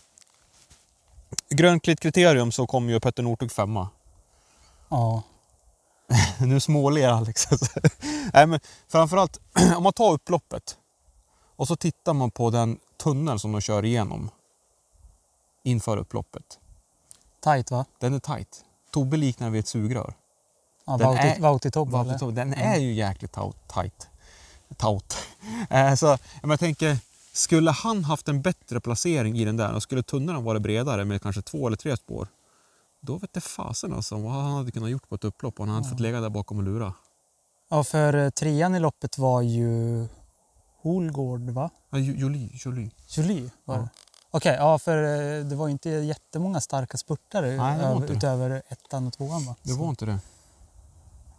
grönklitt kriterium så kommer ju Petter Northug femma. Ja. Nu småler Alex. Nej, men framförallt om man tar upploppet och så tittar man på den tunnel som de kör igenom inför upploppet. Tight, va? Den är tight. Tobbe liknar vid ett sugrör. Ja, Vauti Tobbe. Den är ju jäkligt tight. Taut. Eh, så jag tänker, skulle han haft en bättre placering i den där och skulle tunneln vara bredare med kanske två eller tre spår, då vet det fasen alltså vad han hade kunnat gjort på ett upplopp och han hade ja. fått lägga där bakom och lura. Ja, för trean i loppet var ju Holgård, va? Ja, Jolie. Jolie. Jolie var ja. det. Okej, okay, ja, för det var inte jättemånga starka spurtare. Nej, det var inte utöver ettan och tvåan, va? Det var inte det.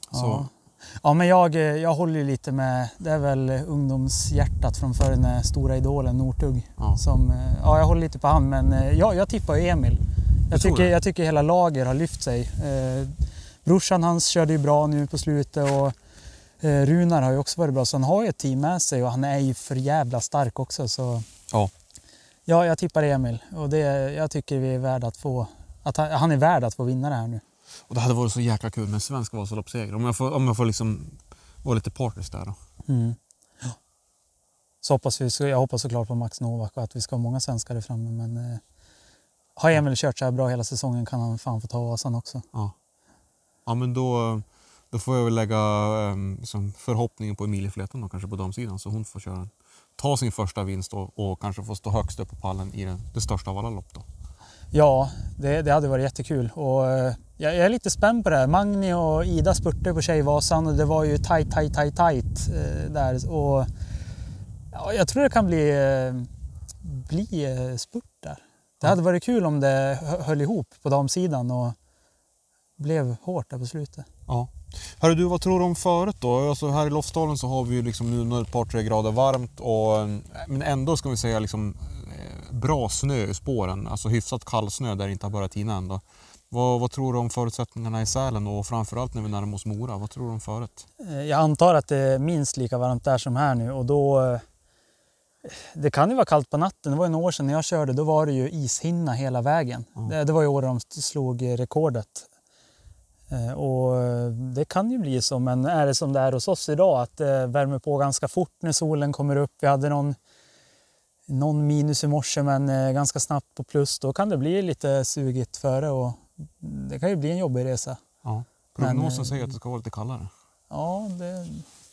Så. Ja. Ja, men jag, jag håller ju lite med, det är väl ungdomshjärtat från förr den stora idolen Northug. Ja. Som, ja, jag håller lite på han, men jag, jag tippar ju Emil. Jag tycker, det? jag tycker hela lager har lyft sig. Eh, brorsan hans körde ju bra nu på slutet och eh, Runar har ju också varit bra, så han har ju ett team med sig och han är ju för jävla stark också. Så Ja. ja, jag tippar Emil och det, jag tycker vi är värda att få, att han, han är värd att få vinna det här nu. Och det hade varit så jäkla kul med en svensk Vasaloppsseger. Om jag får, om jag får liksom vara lite partisk där då. Mm. Ja. Så hoppas vi, jag hoppas såklart på Max Novak och att vi ska ha många svenskar där framme. Men eh, har Emil kört så här bra hela säsongen kan han fan få ta Vasan också. Ja, ja men då, då får jag väl lägga um, liksom förhoppningen på Emilie Fleten då, kanske på damsidan. Så hon får köra, ta sin första vinst och, och kanske få stå högst upp på pallen i det, det största av alla lopp då. Ja, det, det hade varit jättekul. Och, eh, jag, jag är lite spänd på det här. Magni och Ida spurtade på Tjejvasan och det var ju tight, tight, tight, tight eh, där. Och, ja, jag tror det kan bli, eh, bli eh, spurt där. Det hade varit kul om det höll ihop på damsidan och blev hårt där på slutet. Ja. Hörru du, vad tror du om förut då? Alltså här i Lofsdalen så har vi ju liksom nu ett par tre grader varmt och men ändå ska vi säga liksom bra snö i spåren, alltså hyfsat kall snö där det inte har börjat tina ändå. Vad, vad tror du om förutsättningarna i Sälen och framförallt när vi närmar oss Mora? Vad tror du om förut? Jag antar att det är minst lika varmt där som här nu och då det kan ju vara kallt på natten. Det var en år sedan när jag körde, då var det ju ishinna hela vägen. Mm. Det, det var ju år de slog rekordet. Och det kan ju bli så, men är det som det är hos oss idag att det värmer på ganska fort när solen kommer upp. Vi hade någon, någon minus i morse men ganska snabbt på plus. Då kan det bli lite sugigt före och det kan ju bli en jobbig resa. Ja. Prognosen men, säger att det ska vara lite kallare. Ja, det,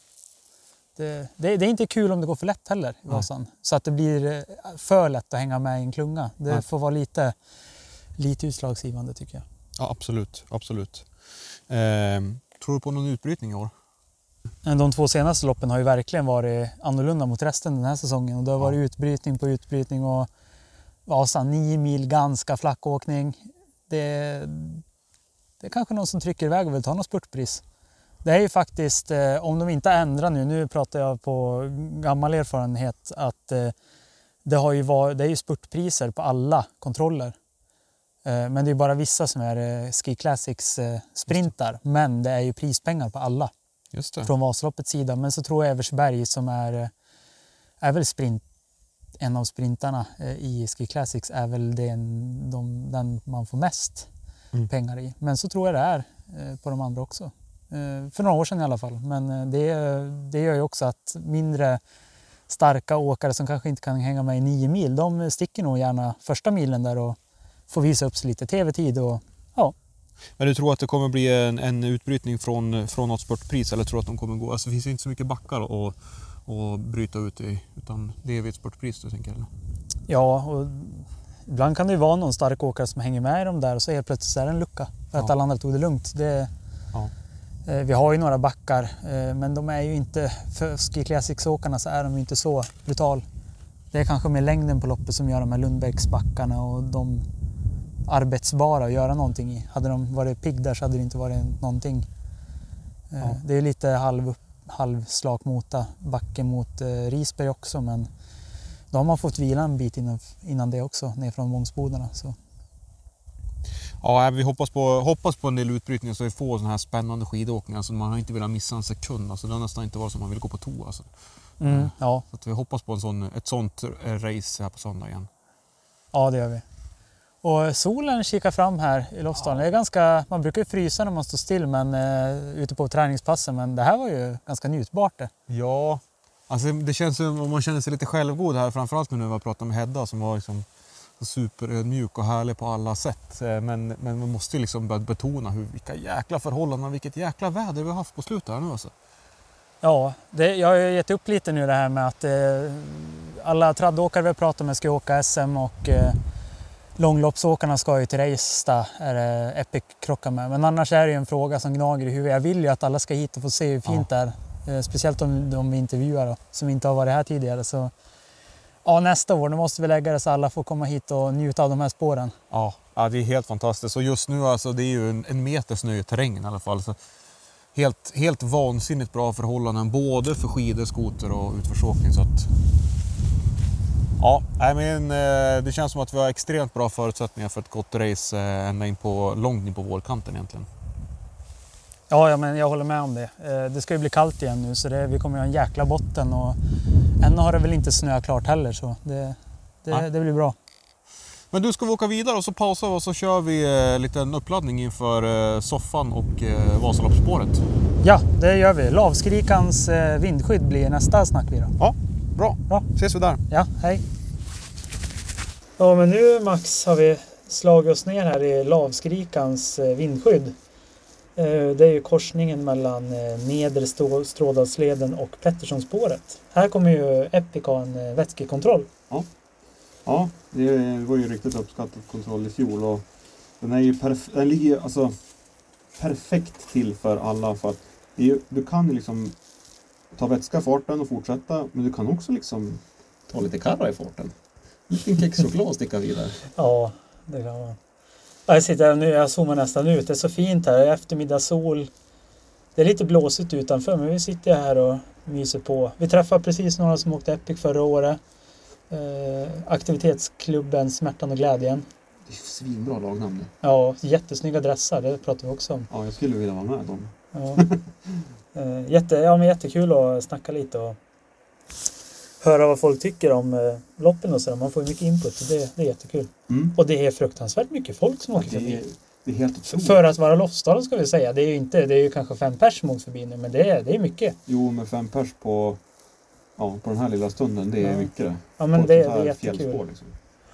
det, det, det är inte kul om det går för lätt heller i Vasan. Så att det blir för lätt att hänga med i en klunga. Det Nej. får vara lite, lite utslagsgivande tycker jag. Ja, absolut. absolut. Eh, tror du på någon utbrytning i år? De två senaste loppen har ju verkligen varit annorlunda mot resten den här säsongen. Och det har varit ja. utbrytning på utbrytning och Vasan nio mil ganska flack åkning. Det, det är kanske någon som trycker iväg och vill ta något spurtpris. Det är ju faktiskt, eh, om de inte ändrar nu, nu pratar jag på gammal erfarenhet, att eh, det, har ju varit, det är ju spurtpriser på alla kontroller. Men det är bara vissa som är Ski Classics sprintar. Men det är ju prispengar på alla. Just det. Från Vasaloppets sida. Men så tror jag Eversberg som är, är väl sprint, en av sprintarna i Ski Classics är väl den, de, den man får mest mm. pengar i. Men så tror jag det är på de andra också. För några år sedan i alla fall. Men det, det gör ju också att mindre starka åkare som kanske inte kan hänga med i nio mil. De sticker nog gärna första milen där och får visa upp sig lite tv-tid och ja. Men du tror att det kommer bli en, en utbrytning från, från något spurtpris eller tror att de kommer gå, alltså det finns ju inte så mycket backar att och bryta ut i, utan det är vid ett spurtpris du tänker eller? Ja, och ibland kan det ju vara någon stark åkare som hänger med i dem där och så helt plötsligt är det en lucka för att ja. alla andra tog det lugnt. Det, ja. eh, vi har ju några backar eh, men de är ju inte, för Ski Classics-åkarna så är de ju inte så brutal. Det är kanske med längden på loppet som gör de här Lundbäcksbackarna och de arbetsbara att göra någonting i. Hade de varit pigg där så hade det inte varit någonting. Ja. Det är lite halv, halvslak mota backen mot eh, Risberg också men då har man fått vila en bit innan, innan det också ner från Mångsbodarna. Så. Ja, vi hoppas på, hoppas på en del utbrytningar så vi får såna här spännande skidåkningar. Alltså man har inte velat missa en sekund. Alltså det har nästan inte varit som man vill gå på toa. Alltså. Mm, ja. Så att vi hoppas på en sån, ett sånt race här på söndag igen. Ja, det gör vi. Och solen kikar fram här i Lofsdalen. Det är ganska, man brukar ju frysa när man står still men, eh, ute på träningspassen. Men det här var ju ganska njutbart det. Ja, alltså det känns som man känner sig lite självgod här. Framförallt nu när vi pratar med Hedda som var liksom superödmjuk och härlig på alla sätt. Men, men man måste ju liksom betona hur, vilka jäkla förhållanden, vilket jäkla väder vi har haft på slutet här nu alltså. Ja, det, jag har gett upp lite nu det här med att eh, alla traddåkare vi pratar med ska åka S M och eh, långloppsåkarna ska ju till Reista, är det Epic krocka med. Men annars är det ju en fråga som gnager i huvudet. Jag vill ju att alla ska hit och få se hur fint ja. det är. Eh, speciellt om de vi intervjuar då, som inte har varit här tidigare. Så ja, nästa år, nu måste vi lägga det så alla får komma hit och njuta av de här spåren. Ja, ja det är helt fantastiskt. Och just nu alltså, det är ju en, en meter snö i terrängen i alla fall. Så helt, helt vansinnigt bra förhållanden både för skidor, skoter och utförsåkning. Så att, ja, I mean, det känns som att vi har extremt bra förutsättningar för ett gott race ända in på, långt in på vårkanten egentligen. Ja, ja, men jag håller med om det. Det ska ju bli kallt igen nu så det, vi kommer ha en jäkla botten och än har det väl inte snö klart heller så det, det, det blir bra. Men du, ska vi åka vidare och så pausar vi och så kör vi en liten uppladdning inför soffan och Vasaloppsspåret. Ja, det gör vi. Lavskrikans vindskydd blir nästa snack vi då. Ja, bra. Bra. Ses vi där. Ja, hej. Ja, men nu Max har vi slagit oss ner här i Lavskrikans vindskydd. Det är ju korsningen mellan nedre Strådalsleden och Petterssonspåret. Här kommer ju Epic ha en vätskekontroll. Ja. Ja, det var ju riktigt uppskattat kontroll i fjol och den är ju perf- den ligger ju alltså perfekt till för alla för att det är ju, du kan ju liksom ta vätska i farten och fortsätta men du kan också liksom ta lite karra i farten. En liten kexchoklad och sticka vidare. Ja, det kan man. Jag sitter här nu, jag zoomar nästan ut. Det är så fint här, eftermiddagssol. Det är lite blåsigt utanför men vi sitter här och myser på. Vi träffade precis några som åkte Epic förra året. Eh, aktivitetsklubben Smärtan och Glädjen. Det är svinbra lagnamn. Ja, jättesnygga dressar, det pratar vi också om. Ja, jag skulle vilja vara med dem. Ja. eh, jätte, ja, men jättekul att snacka lite och höra vad folk tycker om eh, loppen och så. Man får ju mycket input och det, det är jättekul. Mm. Och det är fruktansvärt mycket folk som Ja, åker det, förbi. är, det är helt otroligt. För att vara Lofsdalen ska vi säga. Det är ju inte, det är ju kanske fem pers som åker förbi nu, men det är, det är mycket. Jo, med fem pers på, ja, på den här lilla stunden, det är Ja. mycket det. Ja, men på det, ett sånt det är här jättekul. fjällspår, liksom.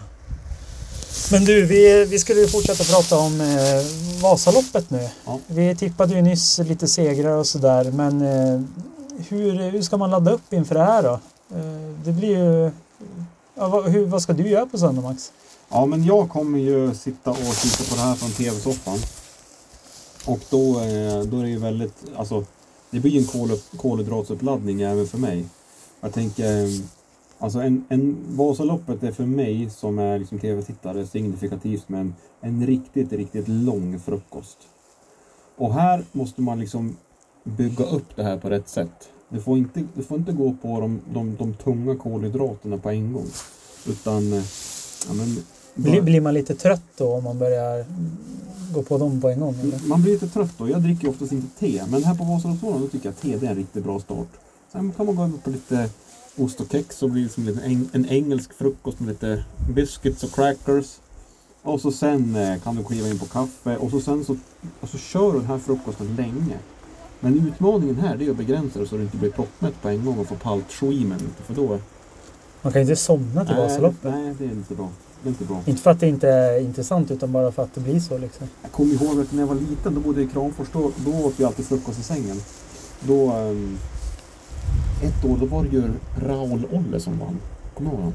Men du, vi, vi skulle ju fortsätta prata om eh, Vasaloppet nu. Ja. Vi tippade ju nyss lite segrar och sådär, men eh, hur, hur ska man ladda upp inför det här då? Eh, det blir ju... Ja, vad, hur, vad ska du göra på söndag, Max? Ja, men jag kommer ju sitta och titta på det här från tv-soffan. Och då, eh, då är det ju väldigt, alltså, det blir ju en kol, kolhydratsuppladdning även för mig. Jag tänker, eh, alltså en, en Vasaloppet är för mig som är liksom tv-tittare signifikativt med en, en riktigt, riktigt lång frukost. Och här måste man liksom bygga upp det här på rätt sätt. Du får inte, du får inte gå på de, de, de tunga kolhydraterna på en gång. Utan, ja, men, bara, Blir, blir man lite trött då om man börjar gå på dem på en gång? Eller? man blir lite trött då. Jag dricker oftast inte te. Men här på Vasaloppsbanan då tycker jag att te det är en riktigt bra start. Sen kan man gå över på lite ost och kex och blir liksom lite en, en engelsk frukost med lite biscuits och crackers. Och så sen eh, kan du kliva in på kaffe. Och så sen så, och så kör du den här frukosten länge. Men utmaningen här det är att begränsa det så att du inte blir proppmätt på en gång och får palt schwimen lite. För då... Man kan inte somna till Vasaloppet. Nej, det är inte bra. Det är inte bra. Inte för att det inte är intressant utan bara för att det blir så liksom. Jag kommer ihåg att när jag var liten, då bodde jag i Kramfors, då, då åt vi alltid frukost i sängen. Då, um, ett år, då var det ju Raoul Olle som vann. Kommer du ihåg han?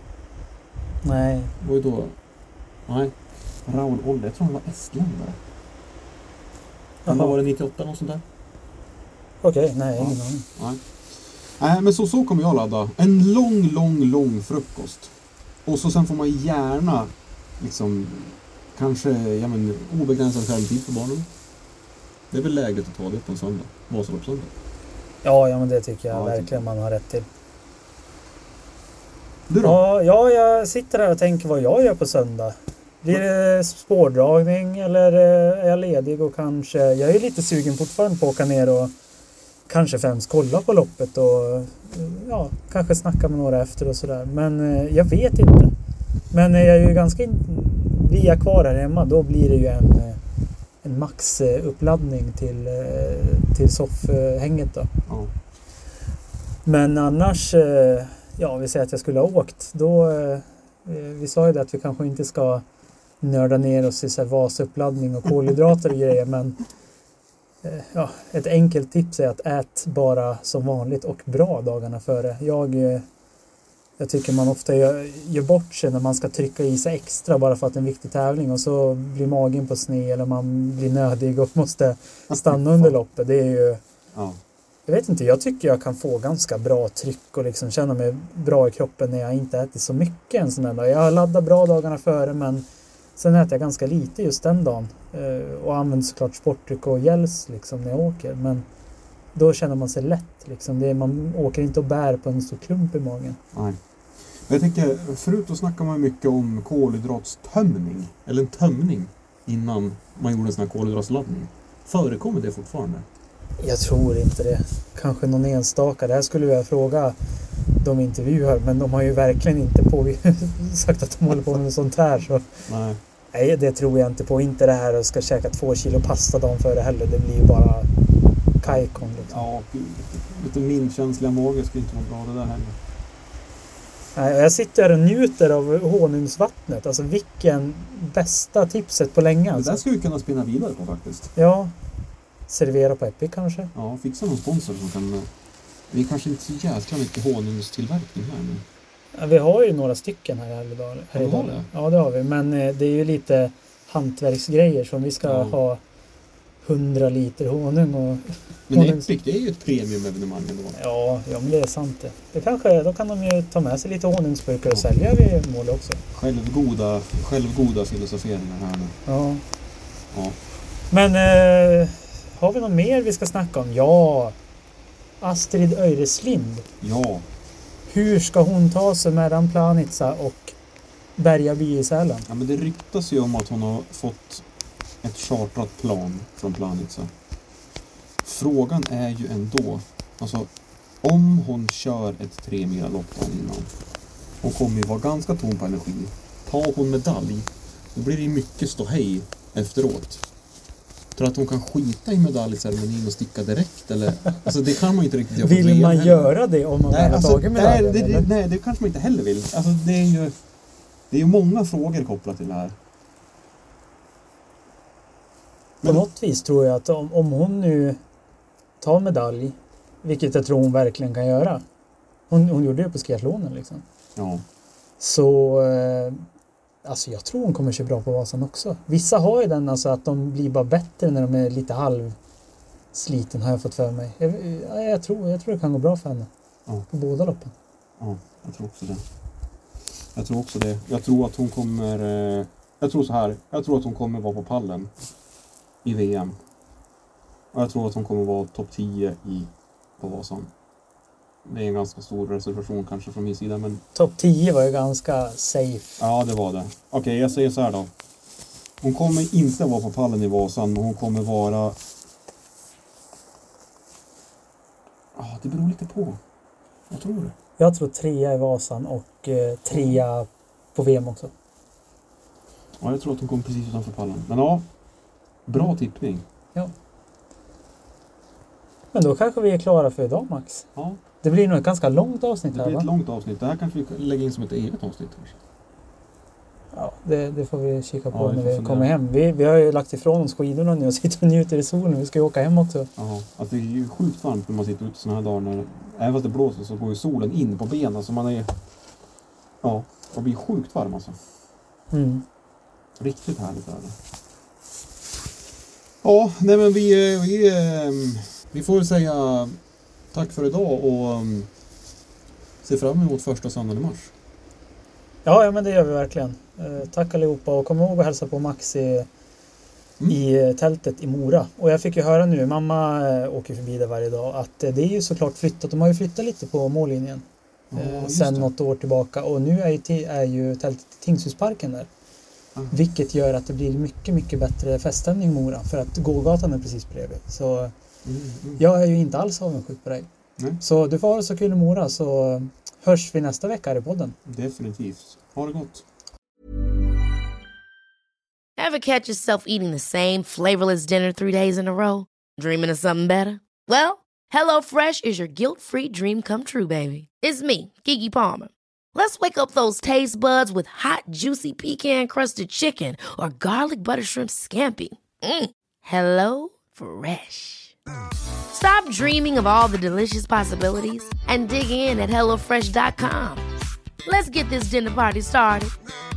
Nej. Det var ju då, nej, Raoul Olle, jag tror han var estländare. Han var det nittioåtta något sånt där? Okej, okay, nej, ja. ingen aning. Nej. Nej, men så, så kommer jag ladda. En lång, lång, lång frukost. Och så sen får man gärna liksom kanske ja, men, obegränsad skärmtid för barnen. Det är väl läget att ta det på en söndag. Vasaloppssöndag. Ja, ja, men det tycker jag ja, verkligen tycker jag. man har rätt till. Du då? Ja, ja, jag sitter här och tänker vad jag gör på söndag. Blir det spårdragning eller är jag ledig och kanske... Jag är lite sugen fortfarande på att åka ner och kanske främst kolla på loppet och ja, kanske snacka med några efter och sådär. Men jag vet inte. Men jag är ju ganska... Vi är kvar här hemma, då blir det ju en, en maxuppladdning till, till soffhänget då. Ja. Men annars... Ja, vi säger att jag skulle ha åkt. Då... Vi sa ju det att vi kanske inte ska nörda ner oss i så här vasuppladdning och kolhydrater och grejer, men ja, ett enkelt tips är att ät bara som vanligt och bra dagarna före. Jag, jag tycker man ofta gör, gör bort sig när man ska trycka i sig extra bara för att det är en viktig tävling och så blir magen på sned eller man blir nödig och måste stanna under loppet. Det är ju... Ja. Jag vet inte, jag tycker jag kan få ganska bra tryck och liksom känna mig bra i kroppen när jag inte äter så mycket en sån här dag. Jag laddar bra dagarna före men Sen äter jag ganska lite just den dagen. Eh, och använder såklart sportdryck och gels liksom när jag åker. Men då känner man sig lätt. Liksom. Det är, man åker inte och bär på en stor klump i magen. Nej. Jag tänker, förut då snackade man mycket om kolhydratstömning. Eller en tömning innan man gjorde en sån här kolhydratsladdning. Förekommer det fortfarande? Jag tror inte det. Kanske någon enstaka. Det här skulle jag fråga de intervjuar. Men de har ju verkligen inte på sagt att de håller på med sånt här. Så. Nej. Nej, det tror jag inte på. Inte det här att ska käka två kilo pasta dagen före heller. Det blir ju bara kajkon liksom. Ja, lite minkänsliga mage skulle inte vara bra det där heller. Nej, jag sitter här och njuter av honungsvattnet. Alltså vilken bästa tipset på länge. Alltså. Det där skulle vi kunna spinna vidare på faktiskt. Ja. Servera på Epic kanske. Ja, fixa någon sponsor som kan... Vi är kanske inte så jävla mycket honungstillverkning här nu. Ja, vi har ju några stycken här i Härjedalen. Ja, det har det. Ja, det har vi. Men eh, det är ju lite hantverksgrejer som vi ska ja. ha hundra liter honung och... Men honungs... Epic, det är ju ett premiumevenemang ändå. Ja, ja, men det är sant det. det kanske, då kan de ju ta med sig lite honungsburkar och ja. sälja vid mål också. Självgoda, självgoda filosoferingar här nu. Ja. Ja. Men eh, har vi något mer vi ska snacka om? Ja. Astrid Öreslind. Ja. Hur ska hon ta sig mellan Planica och Bergaby i Sälen? Ja, men det ryktas ju om att hon har fått ett chartrat plan från Planica. Frågan är ju ändå, alltså om hon kör ett tre mila lopp innan, hon kommer ju vara ganska tom på energi. Tar hon medalj, då blir det ju mycket ståhej efteråt. Tror att hon kan skita i medaljceremonin och sticka direkt? Eller? Alltså det kan man ju inte riktigt göra. Vill man heller. göra det om man nej, har alltså, tagit medaljen? Nej, det, det, nej, det kanske man inte heller vill. Alltså det är ju, det är ju många frågor kopplat till det här. Men på något vis tror jag att om, om hon nu tar medalj, vilket jag tror hon verkligen kan göra. Hon, hon gjorde det på skiathlonen liksom. Ja. Så... Eh, Alltså jag tror hon kommer köra bra på Vasan också. Vissa har ju den alltså att de blir bara bättre när de är lite halvsliten har jag fått för mig. Jag, jag, tror, jag tror det kan gå bra för henne. Ja. På båda loppen. Ja, jag tror också det. Jag tror också det. Jag tror att hon kommer... Jag tror så här. Jag tror att hon kommer vara på pallen i V M. Och jag tror att hon kommer vara topp tio i på Vasan. Det är en ganska stor reservation kanske från min sida, men... Topp tio var ju ganska safe. Ja, det var det. Okej, okay, jag säger så här då. Hon kommer inte vara på pallen i Vasan, men hon kommer vara... Ja, ah, det beror lite på. Vad tror du? Jag tror trea i Vasan och eh, trea på V M också. Ja, jag tror att hon kommer precis utanför pallen. Men ja, bra tippning. Ja. Men då kanske vi är klara för idag, Max. Ja. Det blir nog ett ganska långt avsnitt här, Det blir va? ett långt avsnitt. Det här kanske vi lägger in som ett eget avsnitt kanske. Ja, det, det får vi kika på ja, när vi vi kommer hem. Vi, vi har ju lagt ifrån oss skidorna nu och sitter och njuter i solen. Vi ska ju åka hem också. Ja, alltså det är ju sjukt varmt när man sitter ute såna här dagar. När, även fast det blåser så går ju solen in på benen. Så man är... Ja, det blir sjukt varm alltså. Mm. Riktigt härligt är det. Ja, nej men vi... Vi, vi får väl säga tack för idag och um, se fram emot första söndagen i mars. Ja, ja, men det gör vi verkligen. Eh, tack allihopa och kom ihåg att hälsa på Max i, mm. i tältet i Mora. Och jag fick ju höra nu, mamma eh, åker förbi där varje dag, att eh, det är ju såklart flyttat. De har ju flyttat lite på mållinjen eh, ja, sen något år tillbaka. Och nu är ju, t- är ju tältet i Tingshusparken där. Mm. Vilket gör att det blir mycket, mycket bättre feststämning i Mora. För att gågatan är precis bredvid. Så mm, mm. jag är ju inte alls avundsjuk på dig. Mm. Så du får ha det så kul i Mora, så hörs vi nästa vecka här i podden. Definitivt. Ha det gott. Ever catch yourself eating the same flavorless dinner three days in a row? Dreaming of something better? Well, HelloFresh is your guilt-free dream come true, baby. It's me, Keke Palmer. Let's wake up those taste buds with hot, juicy pecan-crusted chicken or garlic butter shrimp scampi. Mm. Hello Fresh. Stop dreaming of all the delicious possibilities and dig in at hello fresh dot com. Let's get this dinner party started.